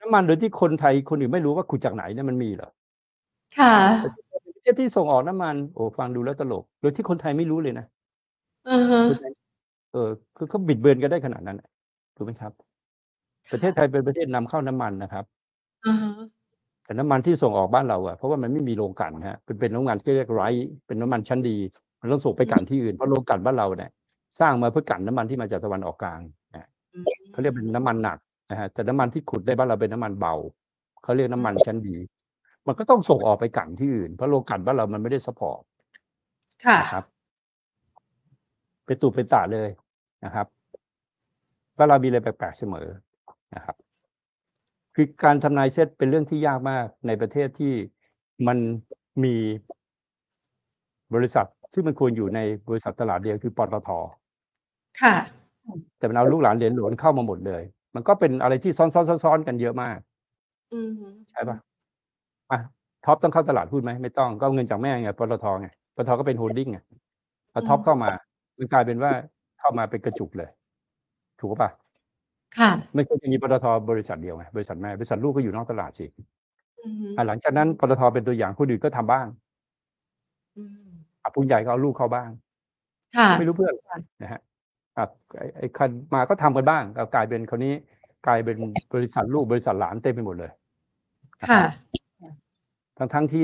น้ำมันโดยที่คนไทยคนอื่นไม่รู้ว่าขุดจากไหนเนี่ยมันมีเหรอค่ะประเทศไทยเป็นประเทศที่ส่งออกน้ำมัน โอ้ ฟังดูแล้วตลก โดยที่คนไทยไม่รู้เลยนะอือฮึคนไทย เออ คือเขาบิดเบือนกันได้ขนาดนั้นน่ะ ถูกไหมครับ? ประเทศไทยเป็นประเทศนำเข้าน้ำมันนะครับอือฮึแต่น้ำมันที่ส่งออกบ้านเราอะ เพราะว่ามันไม่มีโรงกลั่นครับ มันเป็นโรงงานที่เรียก Rice เป็นน้ำมันชั้นดี มันต้องส่งไปอืกลั่นที่อื่น เพราะโรงกลั่นบ้านเราเนี่ยสร้างมาเพื่อกลั่นน้ำมันที่มาจากตะวันออกกลาง อาอืเขาเรียกเป็นน้ำมมันหนักนะครับ แต่น้ำมันที่ขุดได้บ้านเราเป็นน้ำมันเบา เขาเรียกอืน้ำมันมชั้นดี มันก็ต้องส่งออกไปกลั่นที่อื่น เพราะโรงกลั่นบ้านเรามันไม่ได้ซัปพอร์ตค่นะครับะเป็นตุเป็นตะเลยนะครับ บ้านเรามีอะไรแปลก ๆ เสมอนะครับ คือการทำนายเซตเป็นเรื่องที่ยากมากในประเทศที่มันมี บริษัท ซึ่งมันควรอยู่ในบริษัทตลาดเดียวคือ ปตท. ค่ะอืม แต่มันเอาลูกหลานเหลนโหลนเข้ามาหมดเลย มันก็เป็นอะไรที่ซ้อน ๆ ๆ ๆ กันเยอะมากอือฮึใช่เปล่า? อะ ท็อปต้องเข้าตลาดหุ้นไหม? ไม่ต้อง ก็เอาเงินจากแม่ไง ปตท. ไง ปตท. ก็เป็น Holding ไง พออืมท็อปเข้ามา มันกลายเป็นว่าเข้ามาเป็นกระจุกเลย ถูกหรือเปล่า? ค่ะไม่ใช่จะมีปตท. บริษัทเดียวไง บริษัทแม่ บริษัทลูกก็อยู่นอกตลาดสิอือฮึอา หลังจากนั้น ปตท. เป็นตัวอย่าง คนอื่นก็ทำบ้างอืมอ่า ผู้ใหญ่ก็เอาลูกเข้าบ้างค่ไม่รู้ะเพื่ออะไรนะครับ ครับ ไอ้ ไอ้คันมาก็ทำกันบ้าง ก็กลายเป็นคราวนี้ กลายเป็นบริษัทลูก บริษัทหลานเต็มไปหมดเลยนคะค่รับะทั้ง ๆ ที่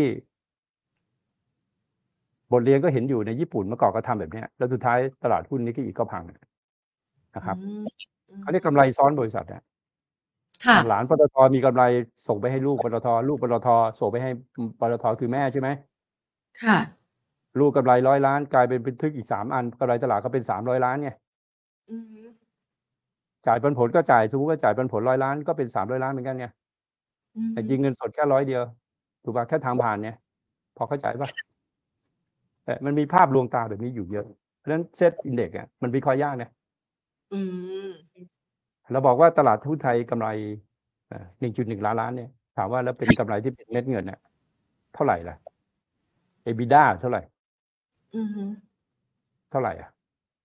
บทเรียนก็เห็นอยู่ในญี่ปุ่น เมื่อก่อนก็ทำแบบเนี้ย แล้วสุดท้ายตลาดหุ้น Nikkei ก็พัง นอะืครับม อืเขาเรียกกำไรมซ้อนบริษัทอะค่อะา หลานปตท. มีกำไรส่งไปให้ลูกปตท. ลูกปตท. ส่งไปให้ อืม ปตท. คือแม่ใช่ไหม? ค่ะลูกกำไร ร้อยล้าน กลายเป็นบันทึกอีก สาม อัน กำไรตลาดก็เป็น สามร้อยล้าน ไงอือฮึจ่ายปันผลก็จ่าย สมมุติว่าจ่ายปันผล ร้อยล้าน ก็เป็น สามร้อยล้าน เหมือนกันไง แต่อือฮึจริงเงินสดแค่ ร้อย เดียว ถูกเปล่า? แค่ทางผ่านไง พอเข้าใจเปล่า? แต่มันมีภาพลวงตาแบบนี้อยู่เยอะ เพราะฉะนั้น Set Index อะมันวิเคราะห์ยากนะอืมเราบอกว่าตลาดหุ้นไทยกำไร เอ่อ หนึ่งจุดหนึ่ง ล้านล้าน เนี่ย ถามว่าแล้วเป็นกำไรที่เป็นเม็ดเงินอะ เท่าไรล่ะ? EBITDA เท่าไร? อือฮึเท่าไรอะ?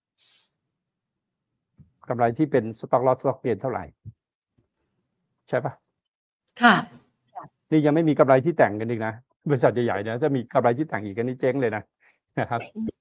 กำไรที่เป็น Stock Loss Stock Gain เท่าไร? ใช่เปล่า? ค่ะนี่ยังไม่มีกำไรที่แต่งกันอีกนะ บริษัทใหญ่ ๆ เนี่ย ถ้ามีกำไรที่แต่งอีก อันนี้เจ๊งเลยนะ นะครับอืม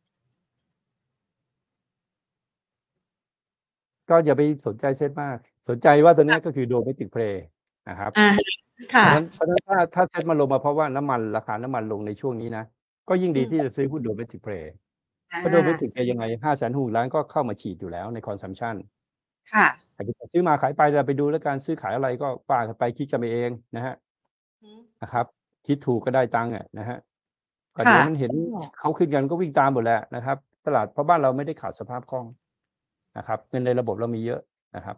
ก็อย่าไปสนใจ Set มาก สนใจว่าตัวเนี้ยก็คือ Domestic Play นะครับอา คเ่พราะฉะนั้นะเพราะฉะนั้นถ้า ถ้า Set มันลงมาเพราะว่าน้ำมัน ราคาน้ำมันลงในช่วงนี้นะ ก็ยิ่งอืมดีที่จะซื้อหุ้น Domestic Play อเพราะา Domestic Play ยังไง ห้าแสนหกหมื่นล้าน ก็เข้ามาฉีดอยู่แล้วใน Consumption ค่ะแต่จะซื้อมาขายไป เราไปดูแล้วกัน ซื้อขายอะไรก็ว่ากันไป คิดกันไปเองนะครับอือฮึนะครับ คิดถูกก็ได้ตังค์อะนะครับ ก็คเด่ี๋ยวะมันเห็นเขาขึ้นกันก็วิ่งตามหมดแหละนะครับ ตลาด เพราะบ้านเราไม่ได้ขาดสภาพคล่องนะครับ เงินในระบบเรามีเยอะนะครับ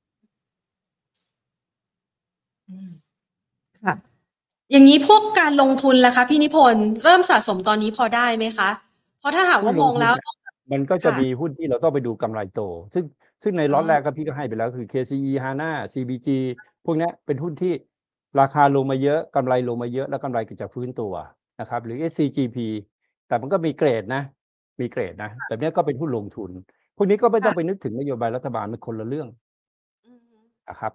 อืม ค่ะ อย่างงี้พวกการลงทุนล่ะคะพี่นิพนธ์ เริ่มสะสมตอนนี้พอได้ไหมคะ? เพราะถ้าหากหุว่้านลงทมองแุลน้วเนี่ย มันก็คจะ่มีะหุ้นที่เราต้องไปดูกำไรโต ซึ่ง ซึ่งในอ๋อล็อตแรกก็พี่ก็ให้ไปแล้ว คือ เค ซี อี Hana CBG พวกเนี้ยเป็นหุ้นที่ราคาลงมาเยอะ กำไรลงมาเยอะ แล้วกำไรก็จะฟื้นตัวนะครับ หรือ เอส ซี จี พี แต่มันก็มีเกรดนะ มีเกรดนะค่ะแบบเนี้ยก็เป็นหุ้นลงทุน พวกนี้ก็ไม่คต้่องะไปนึกถึงนโยบายรัฐบาล มันคนละเรื่องอือฮึนะครับ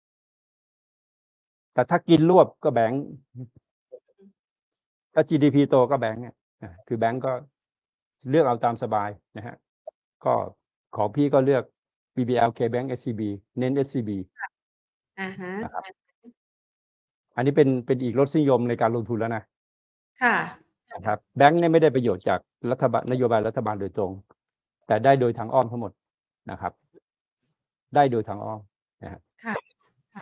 แต่ถ้ากินรวบก็แบงก์ อืออือถ้า จี ดี พี โตก็แบงก์อะ อา คือแบงก์ก็เลือกเอาตามสบายนะครับ ก็ของพี่ก็เลือก บี บี แอล K-Bank เอส ซี บี เน้น เอส ซี บีค่ะ อะฮะนะครับ อันนี้เป็น เป็นอีกรสนิยมในการลงทุนแล้วนะค่ะนะครับ แบงก์เนี่ยไม่ได้ประโยชน์จากรัฐบาล นโยบายรัฐบาลโดยตรง แต่ได้โดยทางอ้อมทั้งหมดนะครับ ได้โดยทางอ้อมนะครับค่ะ ค่ะ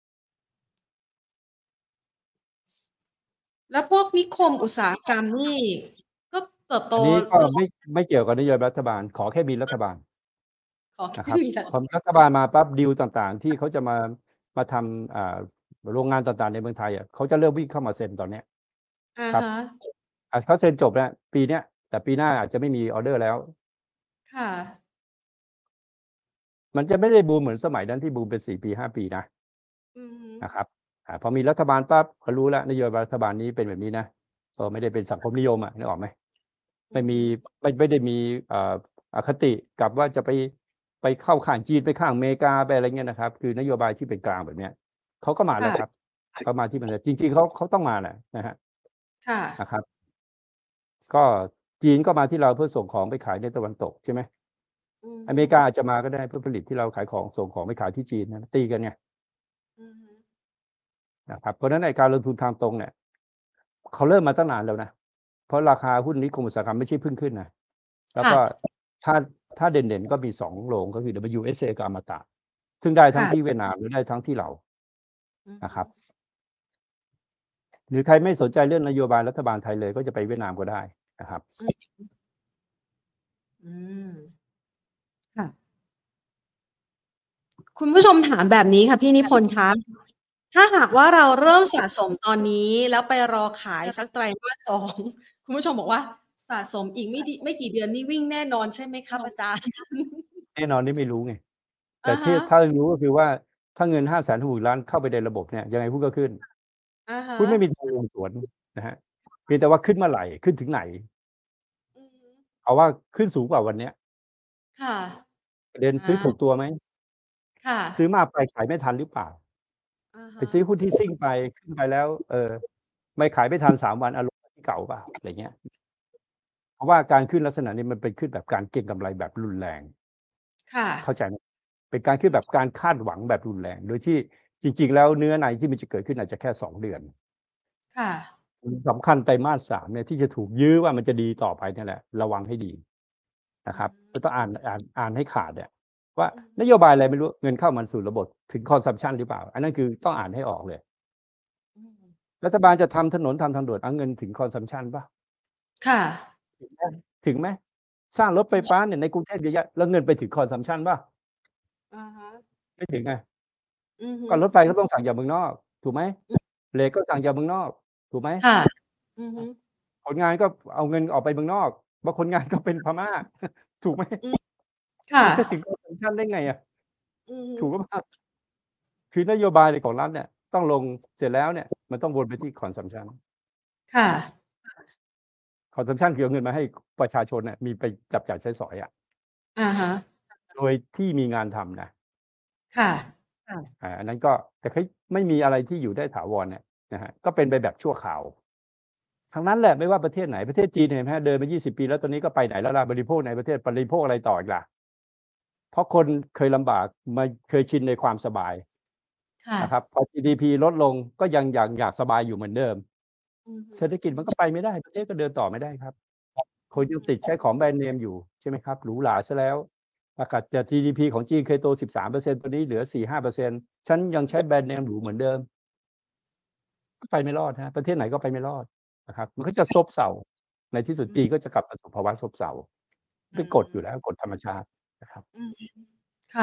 แล้วพวกนิคมอุตสาหกรรมนี่ ก็เติบโตอันนี้ก็หรือไม่ ไม่เกี่ยวกับนโยบายรัฐบาล ขอแค่มีรัฐบาลขอแคนะ่ครับมีพอมีรัฐบาลมาปั๊บ ดีลต่าง ๆ ที่เขาจะมา มาทำ อ่า โรงงานต่าง ๆ ในเมืองไทยอะ เขาจะเริ่มวิ่งเข้ามาเซ็นตอนเนี้ย ครับอะฮะอ่า เขาเซ็นจบแล้วปีเนี้ย แต่ปีหน้าอาจจะไม่มีออร์เดอร์แล้วค่ะมันจะไม่ได้บูมเหมือนสมัยนั้นที่บูมเป็น สี่ ปี ห้า ปีนะอือฮึนะครับ อ่า พอมีรัฐบาลปั๊บ เขารู้แล้วนโยบายรัฐบาลนี้เป็นแบบนี้นะ ก็ไม่ได้เป็นสังคมนิยมอะ นึกออกไหม? อไืม่มีอฮึไม่ ไม่ได้มี อ่า อคติกับว่าจะไป ไปเข้าข้างจีน ไปข้างอเมริกา ไปอะไรเงี้ยนะครับ คือนโยบายที่เป็นกลางแบบเนี้ยเขาก็มาแล้วค่ะครับ เขามาที่เมืองไทย จริง ๆ เขา เขาต้องมาแหละนะครับค่ะนะครับ ก็จีนก็มาที่เราเพื่อส่งของไปขายในตะวันตก ใช่ไหมอือฮอเมริกาึอาจจะมาก็ได้เพื่อผลิตที่เราขายของ ส่งของไปขายที่จีนนะ ตีกันไงอือฮึนะครับ เพราะฉะนั้นไอ้การลงทุนทางตรงเนี่ย เขาเริ่มมาตั้งนานแล้วนะ เพราะราคาหุ้นนิคมอุตสาหกรรมไม่ใช่เพิ่งขึ้นนะ แล้วค่ก็ะถ้า ถ้าเด่น ๆ ก็มี สอง โรง ก็คือ ดับเบิลยู เอส เอ กับอมตะ ซึ่งได้คทั้่งะที่เวียดนามและได้ทั้งที่เราอือฮนะึครับ หรือใครไม่สนใจเรื่องนโยบายรัฐบาลไทยเลย ก็จะไปเวียดนามก็ได้นะครับอือฮึ อืม ค่ะ คุณผู้ชมถามแบบนี้ค่ะพี่นิพนธ์คะ ถ้าหากว่าเราเริ่มสะสมตอนนี้ แล้วไปรอขายสักไตรมาส สอง คุณผู้ชมบอกว่า สะสมอีกไม่ดิ ไม่กี่เดือนนี่วิ่งแน่นอนใช่ไหมครับอาจารย์? แน่นอนนี่ไม่รู้ไง แตอ่ะทฮี่ ถ้าะรู้ก็คือว่า ถ้าเงิน ห้าแสนหกหมื่นล้าน เข้าไปในระบบเนี่ย ยังไงหุ้นก็ขึ้นอะฮหุ้นไม่มีะทางลงสวนนะครับ เพียงแต่ว่าขึ้นเมื่อไหร่ ขึ้นถึงไหนอือฮึเอาว่าขึ้นสูงกว่าวันเนี้ยค่ะประเด็นอซื้อถูกาตัวไหมค่ซื้อะมากไปขายไม่ทันหรือเปล่าอะฮไปซื้อะหุ้นที่ซิ่งไป ขึ้นไปแล้ว เออ ไม่ขายไม่ทัน สาม วัน อารมณ์แบบที่เก่าเปล่า อะไรเงี้ย เพราะว่าการขึ้นลักษณะนี้มันเป็นขึ้นแบบการเก็งกำไรแบบรุนแรงค่เข้าะใจไหม เป็นการขึ้นแบบการคาดหวังแบบรุนแรง โดยที่จริง ๆ แล้วเนื้อในที่มันจะเกิดขึ้นอาจจะแค่ สอง เดือนค่ะอืม สำคัญไตรมาส สาม เนี่ยที่จะถูกยื้อว่ามันจะดีต่อไปเนี่ยแหละ ระวังให้ดีอนืะครับ ก็ต้องอ่านมอ่าน อ่านให้ขาดอะว่าอือฮนึโยบายอะไรไม่รู้ เงินเข้ามาสู่ระบบถึง consumption หรือเปล่า อันนั้นคือต้องอ่านให้ออกเลยอืมรัฐบาลจะทำถนน ทำทางด่วน เอาเงินถึง consumption เปล่า? ค่ะถึงไหม ถึงไหม สร้างรถไฟฟ้าเนี่ยในกรุงเทพเยอะแยะ แล้วเงินไปถึง consumption เปล่า? อะฮะไม่ถึงไงอือฮึก็รถไฟก็ต้องสั่งจากเมืองนอก ถูกไหมอือเหล็กก็สั่งจากเมืองนอก ถูกไหมค่ะ อือฮึคนงานก็เอาเงินออกไปเมืองนอก บางคนงานก็เป็นพม่า ถูกไหมอืม ค่มันจะถึะง consumption ได้ไงอะอือฮึถูกหรือเปล่า? คือนโยบายของรัฐเนี่ยต้องลง เสร็จแล้วเนี่ยมันต้องวนไปที่ consumption ค่ะ consumption คือเอาเงินมาให้ประชาชนน่ะมีไปจับจ่ายใช้สอยอะอะฮะโดยที่มีงานทำนะค่ะอา อา อันนั้นก็ แต่เฮ้ย ไม่มีอะไรที่อยู่ได้ถาวรเนี่ยนะครับ ก็เป็นไปแบบชั่วคราว ทั้งนั้นแหละไม่ว่าประเทศไหน ประเทศจีนเห็นไหมครับ เดินมา ยี่สิบ ปีแล้ว ตอนนี้ก็ไปไหนแล้วล่ะ บริโภคในประเทศ บริโภคอะไรต่ออีกล่ะ เพราะคนเคยลำบาก มา เคยชินในความสบายค่นะคระับ พอ จี ดี พี ลดลงก็ยังอยาก อยากสบายอยู่เหมือนเดิมอือฮึเศรษฐกิจมันก็ไปไม่ได้ ประเทศก็เดินต่อไม่ได้ครับอคืนยังติดใช้ของแบรนด์เนมอยู่ ใช่ไหมครับ หรูหราเสียแล้ว อากาศจาก จี ดี พี ของจีนเคยโต สิบสามเปอร์เซ็นต์ ตอนนี้เหลือ สี่ห้าเปอร์เซ็นต์ ฉันยังใช้แบรนด์เนมหรูเหมือนเดิม ก็ไปไม่รอดครับ ประเทศไหนก็ไปไม่รอดนะครับ มันก็จะซบเซา ในที่สุดอืมจีนก็จะกลับมาสู่ภาวะซบเซาอืเป็นกฎอยู่มแล้ว กฎธรรมชาตินะครับอือฮึ ค่ะ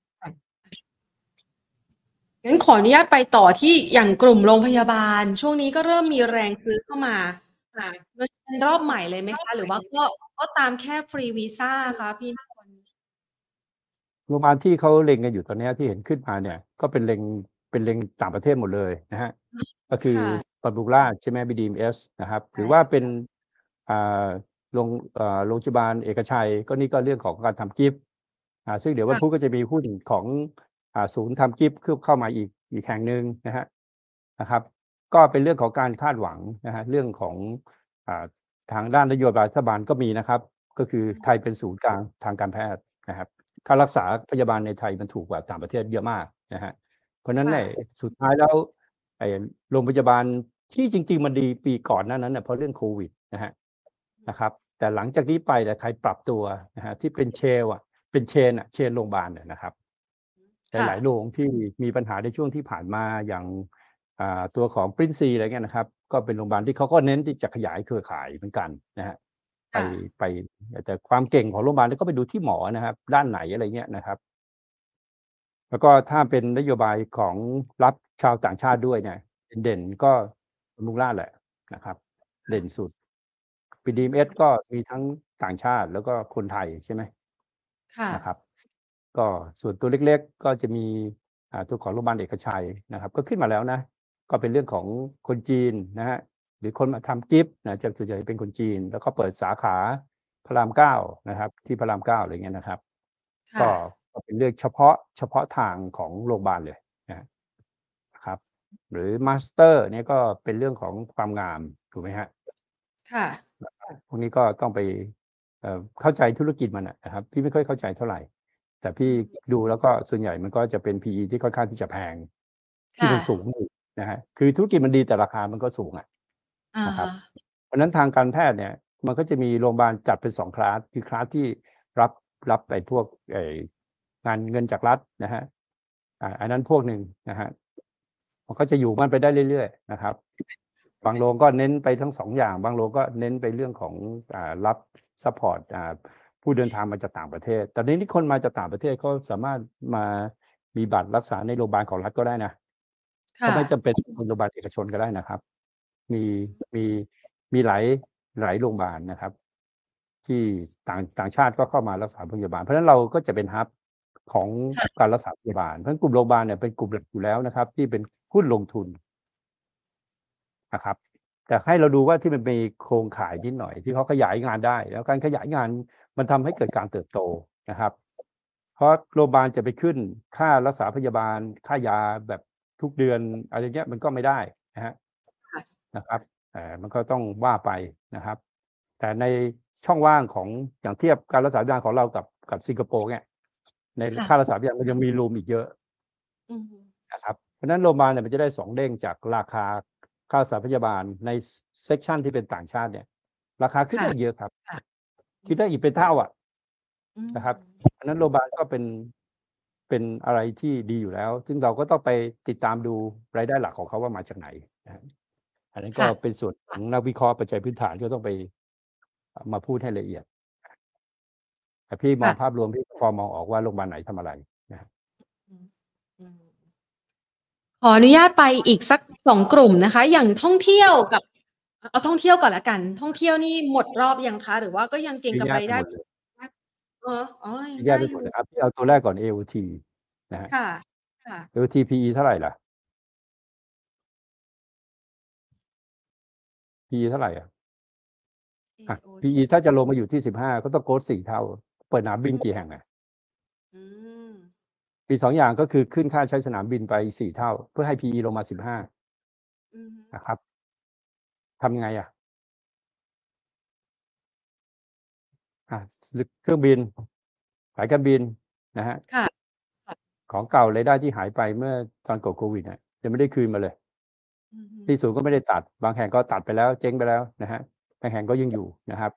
งั้นขออนุญาตไปต่อที่อย่างกลุ่มโรงพยาบาล ช่วงนี้ก็เริ่มมีแรงซื้อเข้ามา ค่ะ โดยเป็นรอบใหม่เลยไหมคะ หรือว่าก็ ก็ตามแค่ฟรีวีซาอะคะพี่นิพนธ์? โรงพยาบาลที่เขาเล็งกันอยู่ตอนเนี้ย ที่เห็นขึ้นมาเนี่ย ก็เป็นเล็ง เป็นเล็งต่างประเทศหมดเลยนะครับ ก็คืคอ่ะบำรุงราษฎร์ ใช่ไหม บี ดี เอ็ม เอส นะครับใชหร่ือว่าคเป็น่ะอ่า โรง เอ่อ โรงพยาบาลเอกชัย ก็นี่ก็เรื่องของการทำกิฟต์ อ่า ซึ่งเดี๋ยวควั่นะพุธก็จะมีหุ้นของ อ่า ศูนย์ทำกิฟต์คืบเข้ามาอีก อีกแห่งหนึ่งนะครับ นะครับ ก็เป็นเรื่องของการคาดหวังนะครับ เรื่องของ อ่า ทางด้านนโยบายรัฐบาลก็มีนะครับ ก็คืออือไฮทยเป็นศูนย์กลางทางการแพทย์นะครับ ค่ารักษาพยาบาลในไทยมันถูกกว่าต่างประเทศเยอะมากนะครับ เพราะฉะนั้นค่ไอ้ะสุดท้ายแล้ว ไอ้โรงพยาบาลที่จริง ๆ มันดีปีก่อนหน้านั้นน่ะ เพราะเรื่องโควิดนะครับอืมนะครับ แต่หลังจากนี้ไปเนี่ยใครปรับตัวนะครับ ที่เป็น Chain อะ เป็น Chain อะ Chain โรงพยาบาลเนี่ยนะครับค่หลาย ๆ โระงที่มีปัญหาในช่วงที่ผ่านมาอย่าง อ่า ตัวของ Prince อะไรเงี้ยนะครับ ก็เป็นโรงพยาบาลที่เขาก็เน้นที่จะขยายเครือข่ายเหมือนกันนะครับ ไปค่ะไป แต่ความเก่งของโรงพยาบาลเนี่ยก็ไปดูที่หมอนะครับ ด้านไหน อะไรเงี้ยนะครับ แล้วก็ถ้าเป็นนโยบายของรับชาวต่างชาติด้วยเนี่ย เด่น ๆ ก็บำรุงราษฎร์แหละนะครับค่เด่นะสุด บอืี ดี เอ็ม เอสมก็มีทั้งต่างชาติแล้วก็คนไทย ใช่ไหมค่นะครับะก็ส่วนตัวเล็ก ๆ ก็จะมี อ่า ตัวของโรงพยาบาลเอกชัยนะครับ ก็ขึ้นมาแล้วนะ ก็เป็นเรื่องของคนจีนนะครับ หรือคนมาทำกิฟต์นะ จะส่วนใหญ่เป็นคนจีน แล้วก็เปิดสาขาพระราม เก้า นะครับ ที่พระราม เก้า อะไรเงี้ยนะครับค่ก็ะก็เป็นเรื่องเฉพาะ เฉพาะทางของโรงพยาบาลเลยนะครับ คหรือมาสเตอร์เนี่ยก็เป็นเรื่องของความงามถูกไหมฮะค่ะพวกนี้ก็ต้องไปเอ่อเข้าใจธุรกิจมันนะครับพี่ไม่ค่อยเข้าใจเท่าไหร่แต่พี่ดูแล้วก็ส่วนใหญ่มันก็จะเป็น พี อี ที่ค่อนข้างที่จะแพงที่มันสูงอยู่นะฮะคือธุรกิจมันดีแต่ราคามันก็สูงอ่ะอ่านะครับฮะเพราะฉะนั้นทางการแพทย์เนี่ยมันก็จะมีโรงพยาบาลจัดเป็นสองคลาสคือคลาสที่รับรับไปพวกไองานเงินจากรัฐนะฮะอ่าอันนั้นพวกหนึ่งนะฮะมันก็จะอยู่มันไปได้เรื่อยๆนะครับบางโรงก็เน้นไปทั้งสองอย่างบางโรงก็เน้นไปเรื่องของอ่ารับซัพพอร์ตอ่าผู้เดินทางมาจากต่างประเทศแต่ในนี้คนมาจากต่างประเทศเขาสามารถมามีบัตรรักษาในโรงพยาบาลของรัฐก็ได้นะก็ไม่จำเป็นโรงพยาบาลเอกชนก็ได้นะครับมีมีมีหลายหลายโรงพยาบาลนะครับที่ต่างต่างชาติก็เข้ามารักษาพยาบาลเพราะฉะนั้นเราก็จะเป็นฮับของการรักษาพยาบาลเพราะฉะนั้นกลุ่มโรงพยาบาลเนี่ยเป็นกลุ่มหลักอยู่แล้วนะครับที่เป็นหุ้นลงทุนนะครับแต่ให้เราดูว่าที่มันมีโครงข่ายนิดหน่อยที่เขาขยายงานได้แล้วการขยายงานมันทำให้เกิดการเติบโตนะครับเพราะโรงพยาบาลจะไปขึ้นค่ารักษาพยาบาลค่ายาแบบทุกเดือนอะไรเงี้ยมันก็ไม่ได้นะฮะนะครับเอ่อมันก็ต้องว่าไปนะครับแต่ในช่องว่างของอย่างเทียบการรักษาพยาบาลของเรากับกับสิงคโปร์เนี่ยในค่ารักษาพยาบาลมันยังมีรูมอีกเยอะนะครับเพราะฉะนั้นโรงพยาบาลเนี่ยมันจะได้สองเด้งจากราคาค่ารักษาพยาบาลในเซกชันที่เป็นต่างชาติเนี่ยราคาขึ้นได้เยอะครับขึ้นได้อีกเป็นเท่าอ่ะนะครับเพราะฉะนั้นโรงพยาบาลก็เป็นเป็นอะไรที่ดีอยู่แล้ว ซึ่งเราก็ต้องไปติดตามดูรายได้หลักของเขาว่ามาจากไหนนะอันนั้นก็เป็นส่วนของนักวิเคราะห์ปัจจัยพื้นฐานก็ต้องไปมาพูดให้ละเอียดแต่พี่มองภาพรวมพี่พอมองออกว่าโรงพยาบาลไหนทำอะไรนะขออนุญาตไปอีกสักสองกลุ่มนะคะ อย่างท่องเที่ยวกับเอาท่องเที่ยวก่อนละกัน ท่องเที่ยวนี่หมดรอบยังคะหรือว่าก็ยังเก็งกำไรได้เอออ๋อยังแยได้กไปอหมดยู่เลยครับพี่เอาตัวแรกก่อน เอ โอ ที นะฮะค่ะค่ะเอ โอ ที พี อี เท่าไหร่ล่ะ พี อี เท่าไหร่อ่ะอ่ะ พี อี ถ้าจะลงมาอยู่ที่สิบห้าก็ต้องโกรธสี่เท่า เปิดสนามบินกี่แห่งอ่ะอืมมีสองอย่างก็คือขึ้นค่าใช้สนามบินไปสี่เท่า เพื่อให้ พี อี ลงมาสิบห้าอืมนะครับทำไงอ่ะอ่ะเครื่องบินสายการบินนะฮะค่ะของเก่ารายได้ที่หายไปเมื่อตอนเกิดโควิดเนี่ยยังไม่ได้คืนมาเลยอืมที่ศูนย์ก็ไม่ได้ตัด บางแห่งก็ตัดไปแล้วเจ๊งไปแล้วนะฮะบางแห่งก็ยังอยู่นะครับ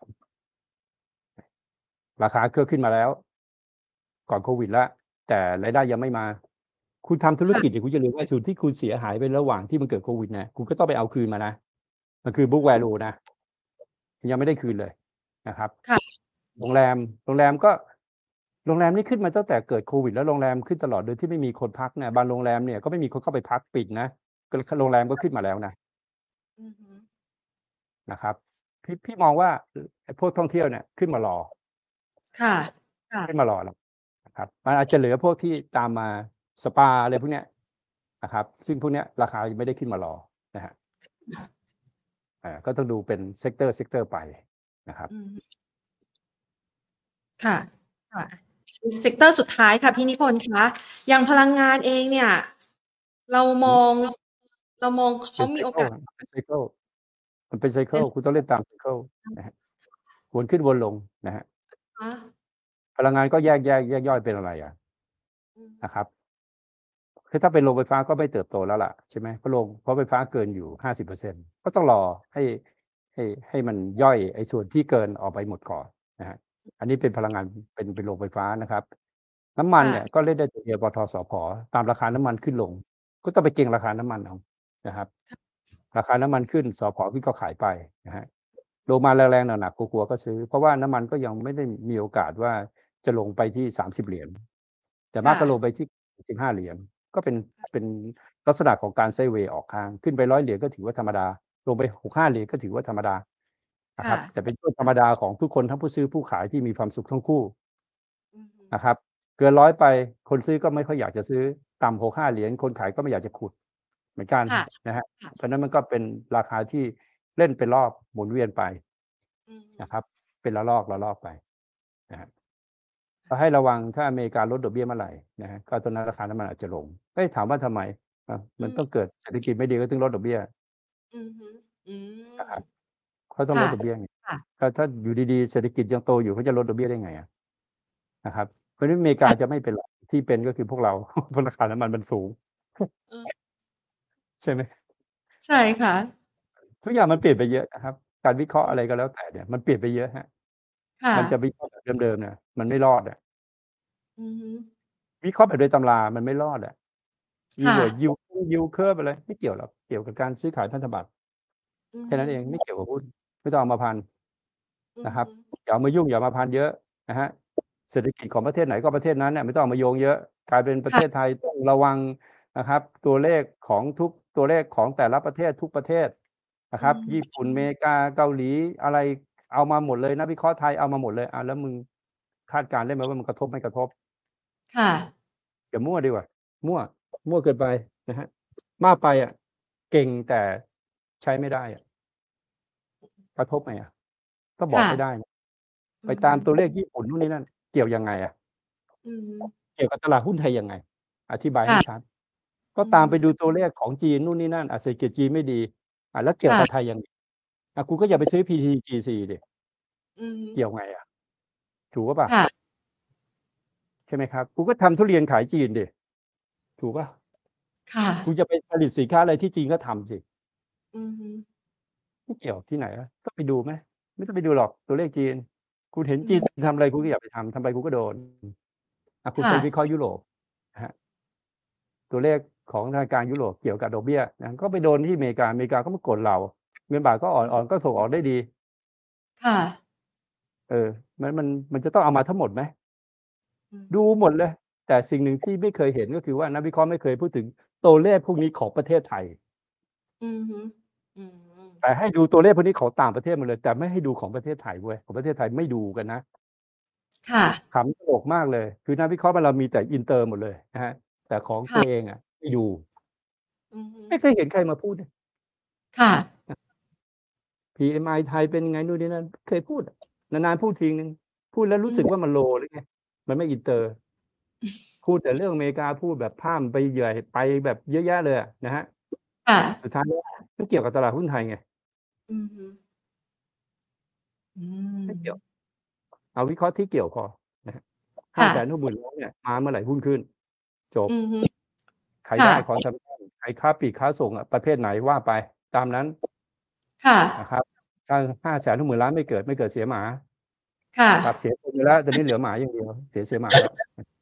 ราคาเครื่องขึ้นมาแล้ว ก่อนโควิดแล้ว แต่รายได้ยังไม่มา คุณทำธุรกิจเนี่ยคุณจะรู้ว่าส่วนที่คุณเสียหายไประหว่างที่มันเกิดโควิดนะคุณก็ต้องไปเอาคืนมานะ มันคือ book value นะยังไม่ได้คืนเลยนะครับค่ะโรงแรมโรงแรมก็โรงแรมนี่ขึ้นมาตั้งแต่เกิดโควิดแล้วโรงแรมขึ้นตลอดโดยที่ไม่มีคนพักเนี่ยบางโรงแรมเนี่ยก็ไม่มีคนเข้าไปพักปิดนะก็โรงแรมก็ขึ้นมาแล้วนะอืมนะครับพี่พี่มองว่าไอ้พวกท่องเที่ยวเนี่ยขึ้นมารอค่ะขึ้นมารอแล้วนะครับมันอาจจะเหลือพวกที่ตามมาสปาอะไรพวกเนี้ยนะครับซึ่งพวกเนี้ยราคายังไม่ได้ขึ้นมารอนะฮะอ่าก็ต้องดูเป็นเซกเตอร์เซกเตอร์ไปนะครับอืม ค่ะ ค่ะ เซกเตอร์สุดท้ายค่ะพี่นิพนธ์คะอย่างพลังงานเองเนี่ย เรามอง เรามองเขามีโอกาสเป็นไซเคิลมันเป็นไซเคิลคุณต้องเล่นตามไซเคิลนะฮะวนขึ้นวนลงนะฮะพลังงานก็แยกแยกแยกย่อยเป็นอะไรอ่ะนะครับคือถ้าเป็นโรงไฟฟ้าก็ไม่เติบโตแล้วล่ะใช่ไหมเพราะโรงเพราะไฟฟ้าเกินอยู่ห้าสิบเปอร์เซ็นต์ก็ต้องรอให้ให้ให้มันย่อยไอ้ส่วนที่เกินออกไปหมดก่อนนะฮะอันนี้เป็นพลังงานเป็นเป็นโรงไฟฟ้านะครับน้ำมันเนี่ยก็เล่นได้ตัวเดียวปตทสผตามราคาน้ำมันขึ้นลงก็ต้องไปเก็งราคาน้ำมันเอานะครับราคาน้ำมันขึ้นสผพี่ก็ขายไปนะฮะลงมาแรงๆหนักๆกลัวๆก็ซื้อเพราะว่าน้ำมันก็ยังไม่ได้มีโอกาสว่าจะลงไปที่สามสิบเหรียญแต่มากก็ลงไปที่สิบห้าเหรียญก็เป็นเป็นลักษณะของการไซด์เวย์ออกข้างขึ้นไปร้อยเหรียญก็ถือว่าธรรมดาลงไปหกห้าเหรียญก็ถือว่าธรรมดานะครับแต่เป็นช่วงธรรมดาของทุกคนทั้งผู้ซื้อผู้ขายที่มีความสุขทั้งคู่นะครับเกินร้อยไปคนซื้อก็ไม่ค่อยอยากจะซื้อต่ำหกห้าเหรียญคนขายก็ไม่อยากจะขุดเหมือนกันนะฮะเพราะนั้นมันก็เป็นราคาที่เล่นเป็นรอบหมุนเวียนไปนะครับเป็นละลอกละลอกไปนะฮะก็ให้ระวังถ้าอเมริกาลดดอกเบี้ยเมื่อไหร่นะฮะก็ตอนนั้นราคาน้ำมันอาจจะลงเอ้ยถามว่าทำไมอ่าอืมมันต้องเกิดเศรษฐกิจไม่ดีก็ต้องลดดอกเบี้ยอือฮึ อืมนะครับ เขาต้อคงล่ดะดอกเบี้ยไงค่ะถ้า ถ้าอยู่ดี ๆ เศรษฐกิจยังโตอยู่เขาจะลดดอกเบี้ยได้ไงอะ? นะครับ เพราะฉะนั้นอเมริกคา่ะจะไม่เป็นไร ที่เป็นก็คือพวกเรา เพราะราคาน้ำมันมันสูงเออใช่ไหม? ใช่ค่ะทุกอย่างมันเปลี่ยนไปเยอะนะครับ การวิเคราะห์อืมอะไรก็แล้วแต่เนี่ย มันเปลี่ยนไปเยอะครับค่มันจะะวิเคราะห์แบบเดิม ๆ เนี่ย มันไม่รอดอะอือฮึวิเคราะห์แบบโดยตำรามันไม่รอดอะคยี่เวิร์ดะ yield คง yield curve อะไร ไม่เกี่ยวหรอก เกี่ยวกับการซื้อขายพันธบัตรอืแอค่ฮนั้นเองึไม่เกี่ยวกับหุ้น ไม่ต้องเอามาพัน นะครอือฮับึอย่าเอามายุ่ง อย่ามาพันเยอะนะครับ เศรษฐกิจของประเทศไหนก็ประเทศนั้นน่ะ ไม่ต้องเอามาโยงเยอะ กลายเป็นประคเท่ะศไทยต้องระวังนะครับ ตัวเลขของทุก ตัวเลขของแต่ละประเทศทุกประเทศนะอครับืญี่ปุ่น อเมมริกา เกาหลี อะไร เอามาหมดเลย นักวิเคราะห์ไทยเอามาหมดเลย อ้าว แล้วมึงคาดการณ์ได้ไหมว่ามันกระทบ ไม่กระทบ? ค่ะอย่ามั่วดีกว่า มั่ว มั่วเกินไปนะครับ มากไปอะเก่งแต่ใช้ไม่ได้อะ กระทบไงอะ ก็บคอ่กะให้ได้อือฮไปตามตัวเลขึญี่ปุ่นนู่นนี่นั่น เกี่ยวยังไงอะ? อือฮึเกี่ยวกับตลาดหุ้นไทยยังไง? อธิบายคให่้ะชัด ก็อือฮตามไปึดูตัวเลขของจีนนู่นนี่นั่น อ่า เศรษฐกิจจีนไม่ดี อ่า แล้วเกี่คยว่กับะไทยยัง อ่า คุณก็ออย่ืาไปมซื้อ พี-ที-จี-ซี สิอือฮึเกี่ยวไงอะ? ถูกหรือเปล่า? ค่ะใช่ไหมครับ คุณก็ทำทุเรียนขายจีนสิ ถูกเปล่า? ค่คุะณจะไปผลิตสินค้าอะไรที่จีนก็ทำสิอือฮึไม่เกี่ยวที่ไหนอะ ก็ไปดูไหม? ไม่ต้องไปดูหรอกตัวเลขจีน คุณเห็นจีนอือฮึทำอะไรคุณก็อย่าไปทำ ทำไปคุณก็โดน อ่า คุคณ่ไปวิะเคราะห์ยุโรปนะครับ ตัวเลขของธนาคารยุโรปเกี่ยวกับดอกเบี้ยนะ ก็ไปโดนที่อเมริกา อเมริกาก็มากดเรา เงินบาทก็ออื่อมน ๆ ก็ส่งออกได้ดีค่ะเออ มัน มัน มันจะต้องเอามาทั้งหมดไหม? อือฮดูึหมดเลย แต่สิ่งหนึ่งที่ไม่เคยเห็น ก็คือว่านักวิเคราะห์ไม่เคยพูดถึงตัวเลขพวกนี้ของประเทศไทยอือฮึ อืมแต่ให้ดูตัวเลขพวกนี้ของต่างประเทศหมดเลย แต่ไม่ให้ดูของประเทศไทยเว้ย ของประเทศไทยไม่ดูกันนะค่ะขำตลกมากเลย คือนักวิเคราะห์บ้านเรามีแต่อินเตอร์หมดเลยนะครับ แต่ของคตั่วะเองอะไม่ดูอือฮึไม่เคยเห็นใครมาพูดเลยค่ะครับ PMI ไทยเป็นไงนู่นนี่นั่น ไม่เคยพูดอะ นาน ๆ พูดทีหนึ่ง พูดแล้วรอูื้สึกมว่ามัน low หรือไง มันไม่อินเตอร์ พูดแต่เรื่องอเมริกา พูดแบบพร่ำไปใหญ่ ไปแบบเยอะแยะเลยอะนะครับค่ะสุดท้ายแล้วก็เกี่ยวกับตลาดหุ้นไทยไงอือฮึ อืไม่เกี่ยวมเอาวิเคราะห์ที่เกี่ยวพอนะครับคห้า่แสะนหกหมื่น ล้าน เนี่ย มาเมื่อไหร่หุ้นขึ้น จบอือฮึใครค่ได้ะ consumption ใครค้าปลีกค้าส่งอะ ประเภทไหนว่าไปตามนั้นค่นะะครับ ถ้า ห้าแสนหกหมื่น ล้าน ไม่เกิด ไม่เกิดเสียหมาค่ครับะเสียคนไปแล้ว ตอนนี้เหลือหมาอย่างเดียว เสีย เสียหมาแล้ว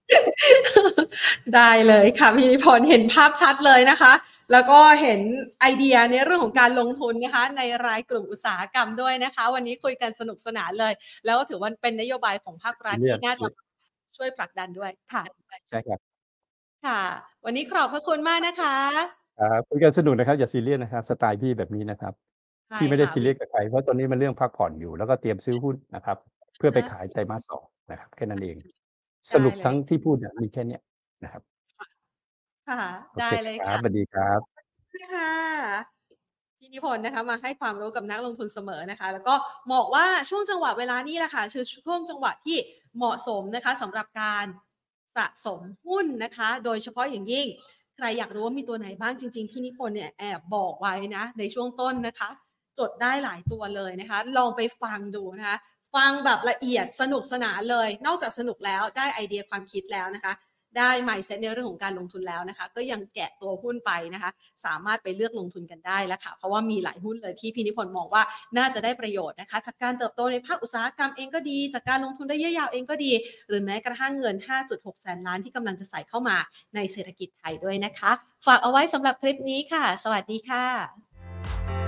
ได้เลยค่ะพี่นิพนธ์ เห็นภาพชัดเลยนะคะ แล้วก็เห็นไอเดียในเรื่องของการลงทุนนะคะ ในรายกลุ่มอุตสาหกรรมด้วยนะคะ วันนี้คุยกันสนุกสนานเลย แล้วก็ถือว่าเป็นนโยบายของภาครัฐซีเรียสที่น่าจะซีช่วยผลักดันด้วย ค่ะใช่ครับค่ะ วันนี้ขอบพระคุณมากนะคะครับ คุยกันสนุกนะครับ อย่าซีเรียสนะครับ สไตล์พี่แบบนี้นะครับใช่พี่ไม่ไคด้่ะ วซีเรีิยสกับใคร เพราะตอนนี้มันเรื่องพักผ่อนอยู่ แล้วก็เตรียมซื้อหุ้นนะครับ เพื่อฮไปะขายไตรมาส สอง นะครับ แค่นั้นเองไสด้รุปทั้งเลยที่พูดเนี่ยมีแค่เนี้ยนะครับค่ะ ค่ะ ไดโอเค้เลยคครับ่ะสวัสดีครับค่ะ พี่นิพนธ์นะคะ มาให้ความรู้กับนักลงทุนเสมอนะคะ แล้วก็บอกว่าช่วงจังหวะเวลานี้แหละค่ะ คือช่วงจังหวะที่เหมาะสมนะคะสำหรับการสะสมหุ้นนะคะ โดยเฉพาะอย่างยิ่ง ใครอยากรู้ว่ามีตัวไหนบ้าง จริง ๆ พี่นิพนธ์เนี่ยแอบบอกไว้นะในช่วงต้นนะคะ จดได้หลายตัวเลยนะคะ ลองไปฟังดูนะคะ ฟังแบบละเอียดสนุกสนานเลย นอกจากสนุกแล้วได้ไอเดียความคิดแล้วนะคะ ได้ mindset ในเรื่องของการลงทุนแล้วนะคะ ก็ยังแกะตัวหุ้นไปนะคะ สามารถไปเลือกลงทุนกันได้แล้วค่ะ เพราะว่ามีหลายหุ้นเลยที่พี่นิพนธ์มองว่าน่าจะได้ประโยชน์นะคะ จากการเติบโตในภาคอุตสาหกรรมเองก็ดี จากการลงทุนระยะยาวเองก็ดี หรือแม้กระทั่งเงิน ห้าจุดหก แสนล้านที่กำลังจะใส่เข้ามาในเศรษฐกิจไทยด้วยนะคะ ฝากเอาไว้สำหรับคลิปนี้ค่ะ สวัสดีค่ะ